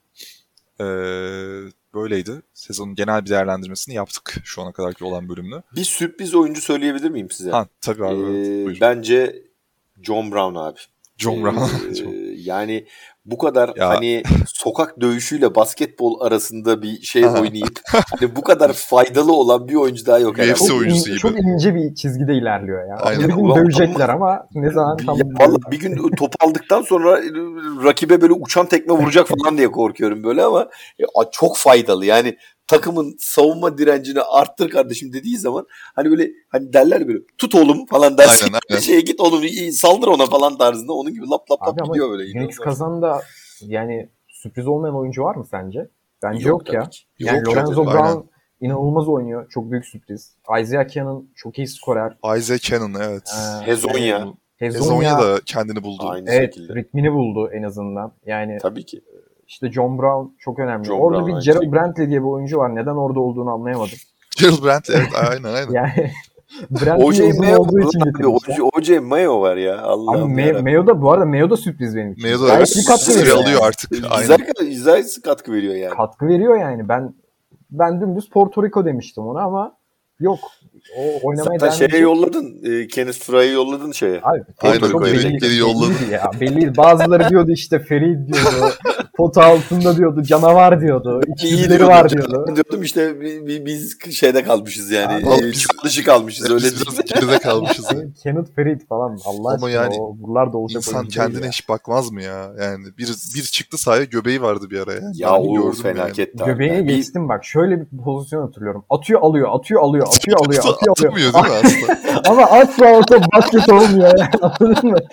Böyleydi. Sezonun genel bir değerlendirmesini yaptık şu ana kadarki olan bölümde. Bir sürpriz oyuncu söyleyebilir miyim size? Tabii abi. Bence John Brown abi. John Brown. Yani bu kadar hani sokak dövüşüyle basketbol arasında bir şey oynayıp hani bu kadar faydalı olan bir oyuncu daha yok. UFC oyuncusu gibi. Çok ince bir çizgide ilerliyor ya. Bir gün dövecekler ama ne zaman tam... Vallahi bir gün top aldıktan sonra rakibe böyle uçan tekme vuracak falan diye korkuyorum böyle ama çok faydalı. Yani takımın savunma direncini arttır kardeşim dediği zaman hani böyle hani derler böyle tut oğlum falan dersin. Aynen. Şeye git oğlum saldır ona falan tarzında. Onun gibi lap lap Abi lap ama gidiyor böyle. Phoenix Kazan'da yani sürpriz olmayan oyuncu var mı sence? Bence Yok yok ya. tabii ki. Yani Yok, Lorenzo yok, Brown aynen. inanılmaz oynuyor. Çok büyük sürpriz. Isaiah Cannon çok iyi skorer. Isaiah Cannon, evet. Hezonya. Hezonya da kendini buldu. Aynı Evet, şekilde. ritmini buldu en azından. Yani Tabii ki. işte John Brown çok önemli. John Orada Brown bir aynı Gerald şekilde. Brantley diye bir oyuncu var. Neden orada olduğunu anlayamadım. Gerald Brantley, evet, aynen. Yani Brantley O.J. uzun Mayo olduğu var için abi. getirmişler. O.J. Mayo var ya. Abi Allah'ım yarabbim. Mayo da bu arada Mayo da sürpriz benim için. Mayo da Gayet iyi katkı süre veriyor. alıyor Yani. artık. Aynen. Güzel katkı veriyor yani. Katkı veriyor yani. Ben dümdüz Porto Rico demiştim ona ama yok. O oynamaya Zaten devam şeye edecek. yolladın. Kenneth Fry'ı yolladın şeye. Abi, Aynen, çok belliydi, yolladı. belliydi ya. Belliydi. Bazıları diyordu işte Ferit diyordu. Pota altında diyordu. Canavar diyordu. İçgüdüleri var diyordu. Diyordum işte biz şeyde kalmışız yani. Abi biz- Çuval dışı kalmışız öyle Biz biraz geride kalmışız. Kenneth Ferit falan. Allah Ama aşkına yani o buralarda olacak İnsan oyuncu değil kendine ya. hiç bakmaz mı ya? Yani bir çıktı sahaya, göbeği vardı bir ara ya. Ya Ben o gördüm felaket yani. Göbeğine Yani geçtim bak. Şöyle bir pozisyon hatırlıyorum. Atıyor alıyor. Atıyor alıyor. Atıyor alıyor. Atıyor alıyor. Atamıyor değil mi aslında? Ama asla o top basket olmuyor yani. Anladın mı?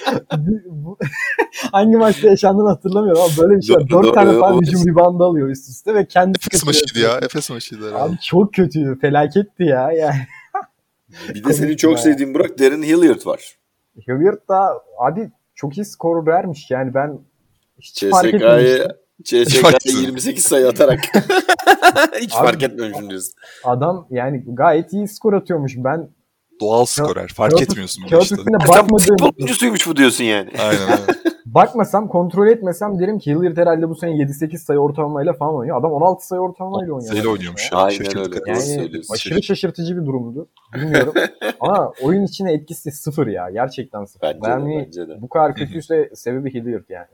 Hangi maçta yaşandığını hatırlamıyorum ama böyle bir şey var. 4 tane falan hücum reboundu alıyor üst üste ve kendisi Efes maçıydı ya. Efes maçıydı herhalde. Abi çok kötüydü. Felaketti ya. Yani. Bir de senin çok Komik sevdiğin Burak Darren Hilliard var. Hilliard da abi çok iyi skor vermiş. Yani ben hiç fark etmemiştim. CSK'ya 28 sayı atarak. Hiç Abi, fark etmemişim diyorsun. Adam yani gayet iyi skor atıyormuş. Ben Doğal skorer. Fark etmiyorsun bunu kağıt işte. üstüne Sen bakmadığım, futbol oyuncusuymuş bu diyorsun yani. Aynen. bakmasam, kontrol etmesem derim ki Hilliard herhalde bu sene 7-8 sayı ortalamayla falan oynuyor. Adam 16 sayı ortalamayla oynuyor. Sayıyla oynuyormuş ya. Aynen Şaşırdık öyle. hep. Doğru Yani söylüyorsun. aşırı şaşırtıcı bir durumdu. Bilmiyorum. Ama oyun içine etkisi sıfır ya. Gerçekten sıfır. Bence de. Bu kadar kötüyse sebebi Hilliard yani.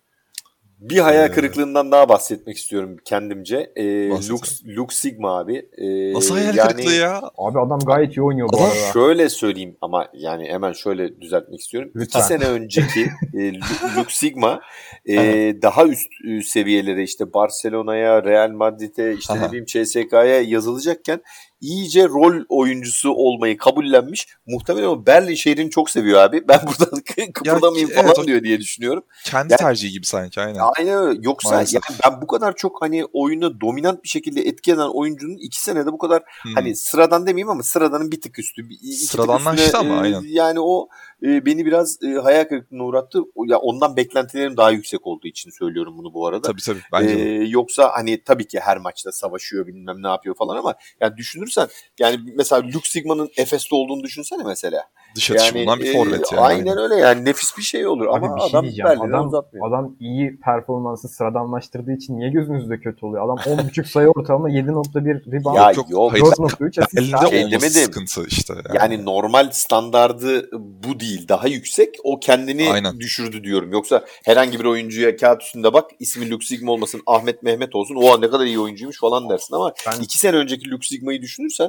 Bir hayal kırıklığından daha bahsetmek istiyorum kendimce. Bahset. Lux Sigma abi. Nasıl hayal kırıklığı ya? Abi adam gayet iyi oynuyor bu Ama arada. şöyle söyleyeyim ama yani hemen şöyle düzeltmek istiyorum. Lütfen. 2 sene önceki Lux Sigma daha üst seviyelere işte Barcelona'ya, Real Madrid'e, işte ne bileyim CSK'ya yazılacakken iyice rol oyuncusu olmayı kabullenmiş. Muhtemelen o Berlin şehrini çok seviyor abi. Ben buradan kıpırdamayayım falan evet, diyor diye düşünüyorum. Kendi tercihi gibi sanki, aynen. Aynen öyle. Yoksa Maalesef. yani ben bu kadar çok hani oyunu dominant bir şekilde etki eden oyuncunun 2 senede bu kadar hani sıradan demeyeyim ama sıradanın bir tık üstü. Sıradanlaştı ama aynen. Yani o beni biraz hayal kırıklığına uğrattı. Ya ondan beklentilerim daha yüksek olduğu için söylüyorum bunu bu arada. Tabii bence de. Yoksa hani tabii ki her maçta savaşıyor bilmem ne yapıyor falan ama yani düşünürsen yani mesela Lux Sigma'nın Efes'te olduğunu düşünsene mesela. Dış atışı bulunan bir forvet yani. Aynen öyle yani nefis bir şey olur Abi ama bir şey adam diyeceğim. Berlin'e uzatmıyor. Adam iyi performansı sıradanlaştırdığı için niye gözünüzde kötü oluyor? Adam 10.5 sayı ortalama 7.1 rebound. Ya yok. hayır, 4.3 asist. Elinde abi. Şey olması demedim. sıkıntı işte. Yani normal standardı bu değil. Daha yüksek. O kendini Aynen. düşürdü diyorum. Yoksa herhangi bir oyuncuya kağıt üstünde bak ismi Lux Sigma olmasın Ahmet Mehmet olsun. Oha ne kadar iyi oyuncuymuş falan dersin ama 2 sene önceki Lux Sigma'yı düşünürsen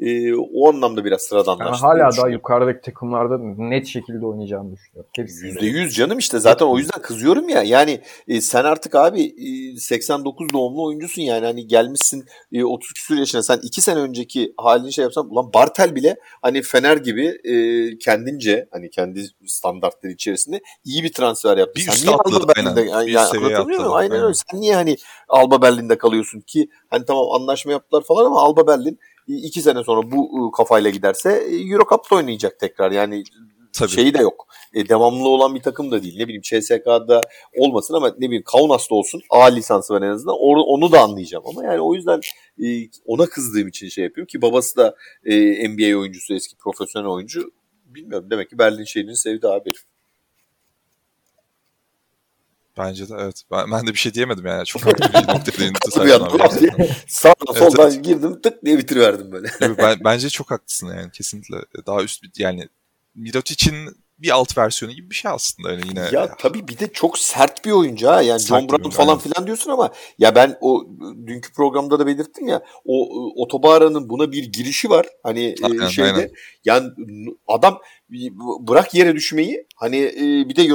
o anlamda biraz Ben sıradanlaştı. hala daha yukarıdaki takımlarda net şekilde oynayacağını düşünüyorum. Hepsinde. %100 canım işte zaten o yüzden kızıyorum ya. Yani sen artık abi 89 doğumlu oyuncusun yani hani gelmişsin 30 küsur yaşına sen 2 sene önceki halini şey yapsan ulan Bartel bile hani Fener gibi kendince hani kendi standartları içerisinde iyi bir transfer yaptı. Bir sen üst niye atladı Alba Berlin'de aynen. Bir üst seviyeye anlatabiliyor muyum? atladı. Aynen Aynen. öyle. Sen niye hani Alba Berlin'de kalıyorsun ki hani tamam anlaşma yaptılar falan ama Alba Berlin 2 sene sonra bu kafayla giderse Euro Cup'ta oynayacak tekrar. Yani Tabii. şeyi de yok. Devamlı olan bir takım da değil. Ne bileyim CSK'da olmasın ama ne bileyim Kaunas'ta olsun. A lisansı var en azından. Onu da anlayacağım. Ama yani o yüzden ona kızdığım için şey yapıyorum ki babası da NBA oyuncusu, eski profesyonel oyuncu. Bilmiyorum. Demek ki Berlin şehrini sevdi abi. Bence de evet. Ben de bir şey diyemedim yani. Çok haklı bir noktaya değindi Bir Serkan an abi. diye sağdan Evet, soldan girdim tık diye bitiriverdim böyle. Bence çok haklısın yani kesinlikle. Daha üst bir yani Mirotic'in bir alt versiyonu gibi bir şey aslında yani yine. Ya tabii bir de çok sert bir oyuncu ha. Yani Sert John bir Brown oyuncu, falan aynen. filan diyorsun ama ya ben o dünkü programda da belirttim ya o Otobara'nın buna bir girişi var. Hani Aynen. yani adam bırak yere düşmeyi hani bir de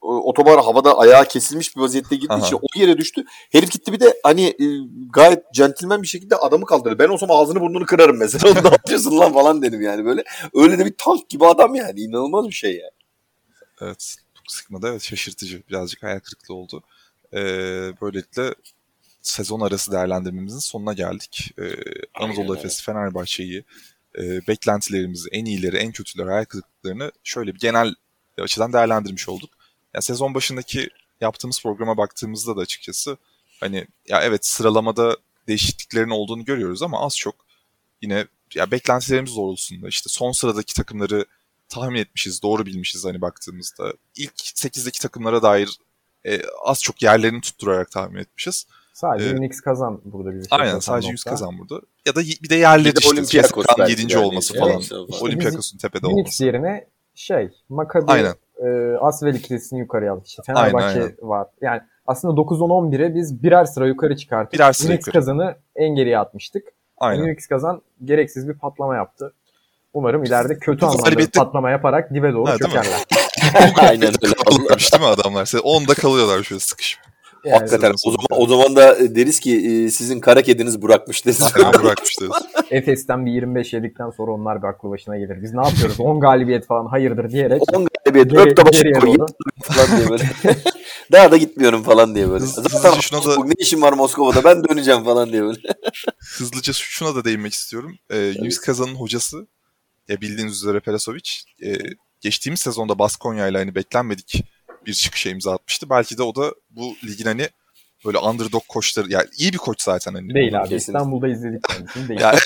otobar havada ayağı kesilmiş bir vaziyette girdiği için o yere düştü. Herif gitti bir de hani gayet centilmen bir şekilde adamı kaldırdı. Ben olsam ağzını burnunu kırarım mesela. Ne yapıyorsun lan falan dedim yani böyle. Öyle de bir tank gibi adam yani. İnanılmaz bir şey yani. Evet. Sıkmada evet şaşırtıcı. Birazcık hayal kırıklığı oldu. Böylelikle sezon arası değerlendirmemizin sonuna geldik. Anadolu Efes Fenerbahçe'yi beklentilerimizi, en iyileri, en kötüleri, hayal kırıklıklarını şöyle bir genel açıdan değerlendirmiş olduk. Yani sezon başındaki yaptığımız programa baktığımızda da açıkçası hani ya evet sıralamada değişikliklerin olduğunu görüyoruz ama az çok yine ya beklentilerimiz doğrultusunda işte son sıradaki takımları tahmin etmişiz, doğru bilmişiz hani baktığımızda. İlk 8'deki takımlara dair az çok yerlerini tutturarak tahmin etmişiz. Sadece Unix kazan burada bizi. Aynen sadece Unix kazan burada. Ya da bir de yerleri işte Olympiakos 7. olması falan. İşte Olympiakos'un tepede Unix olması. yerine Maccabi Asvel ikilisini yukarıya aldık. İşte Fenerbahçe var. Yani aslında 9-10-11'e biz birer sıra yukarı çıkarttık. Unix kazanı en geriye atmıştık. Yani Unix kazan gereksiz bir patlama yaptı. Umarım ileride kötü anlamda bir patlama yaparak dibe doğru çökerler. Aynen öyle. Kalıyormuş değil mi adamlar? 10'da kalıyorlar şöyle sıkışıp. Yani hakikaten o zaman da deriz ki sizin kara kediniz bırakmış deriz. Bırakmış deriz. Efes'ten bir 25 yedikten sonra onlar bir aklı başına gelir. Biz ne yapıyoruz? 10 galibiyet falan hayırdır diyerek. 10 galibiyet, 4 de başı koy falan diye böyle. Daha da gitmiyorum falan diye böyle. Zaten ne işim var Moskova'da ben döneceğim falan diye böyle. Hızlıca şuna da değinmek istiyorum. Unix Kazan'ın hocası ya bildiğiniz üzere Perasovic geçtiğimiz sezonda Baskonya ile hani beklenmedik bir çıkışa imza atmıştı. Belki de o da bu ligin hani böyle underdog koçları yani iyi bir koç zaten hani. Değil abi. Kesinlikle. İstanbul'da izledik kendisini. Değil. Yani,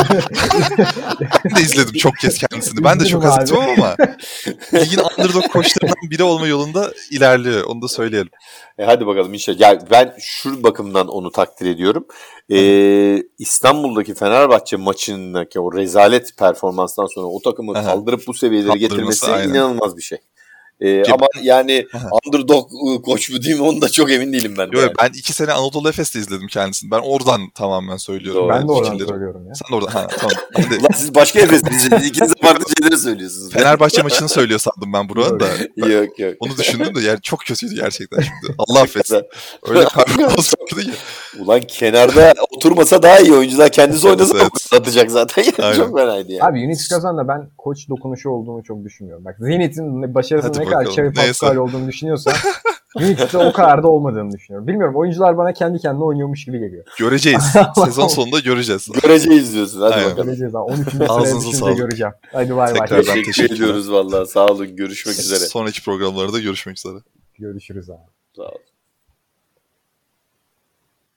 ben de izledim çok kez kendisini. Ben de çok az gittim ama ligin underdog koçlarından biri olma yolunda ilerliyor. Onu da söyleyelim. Hadi bakalım inşallah. Yani ben şu bakımdan onu takdir ediyorum. İstanbul'daki Fenerbahçe maçındaki o rezalet performanstan sonra o takımı kaldırıp bu seviyeleri getirmesi inanılmaz bir şey. Ama yani underdog koç mu değil mi onu da çok emin değilim ben de. Yok, yani. Ben 2 sene Anadolu Efes'te izledim kendisini. Ben oradan tamamen söylüyorum. Doğru. Ben de oradan söylüyorum ya. Sen de oradan. Tamam. Ulan siz başka Efes'lisiniz. İkiniz de farklı şeyleri söylüyorsunuz. Fenerbahçe maçını söylüyor sandım ben buranın da. Yok. Onu düşündüm de yani çok kötüydü gerçekten şimdi. Allah affetsin. Öyle performans yaptı ki. Ulan kenarda oturmasa daha iyi oyuncular kendisi oynasa atacak zaten. Çok fenaydı yani. Abi Unix Kazan'da ben koç dokunuşu olduğunu çok düşünmüyorum. Bak Zenit'in başarısının ne kadar Xavi Pascual olduğunu düşünüyorsan Unix'te o kadar da olmadığını düşünüyorum. Bilmiyorum oyuncular bana kendi kendine oynuyormuş gibi geliyor. Göreceğiz. Sezon sonunda göreceğiz. Göreceğiz diyorsun. Hadi bakalım. Göreceğiz. 13. sıraya düşünce göreceğim. Hadi bay bay. Teşekkür ediyoruz vallahi. Sağ olun. Görüşmek üzere. Sonraki programlarda görüşmek üzere. Görüşürüz abi. Sağ olun.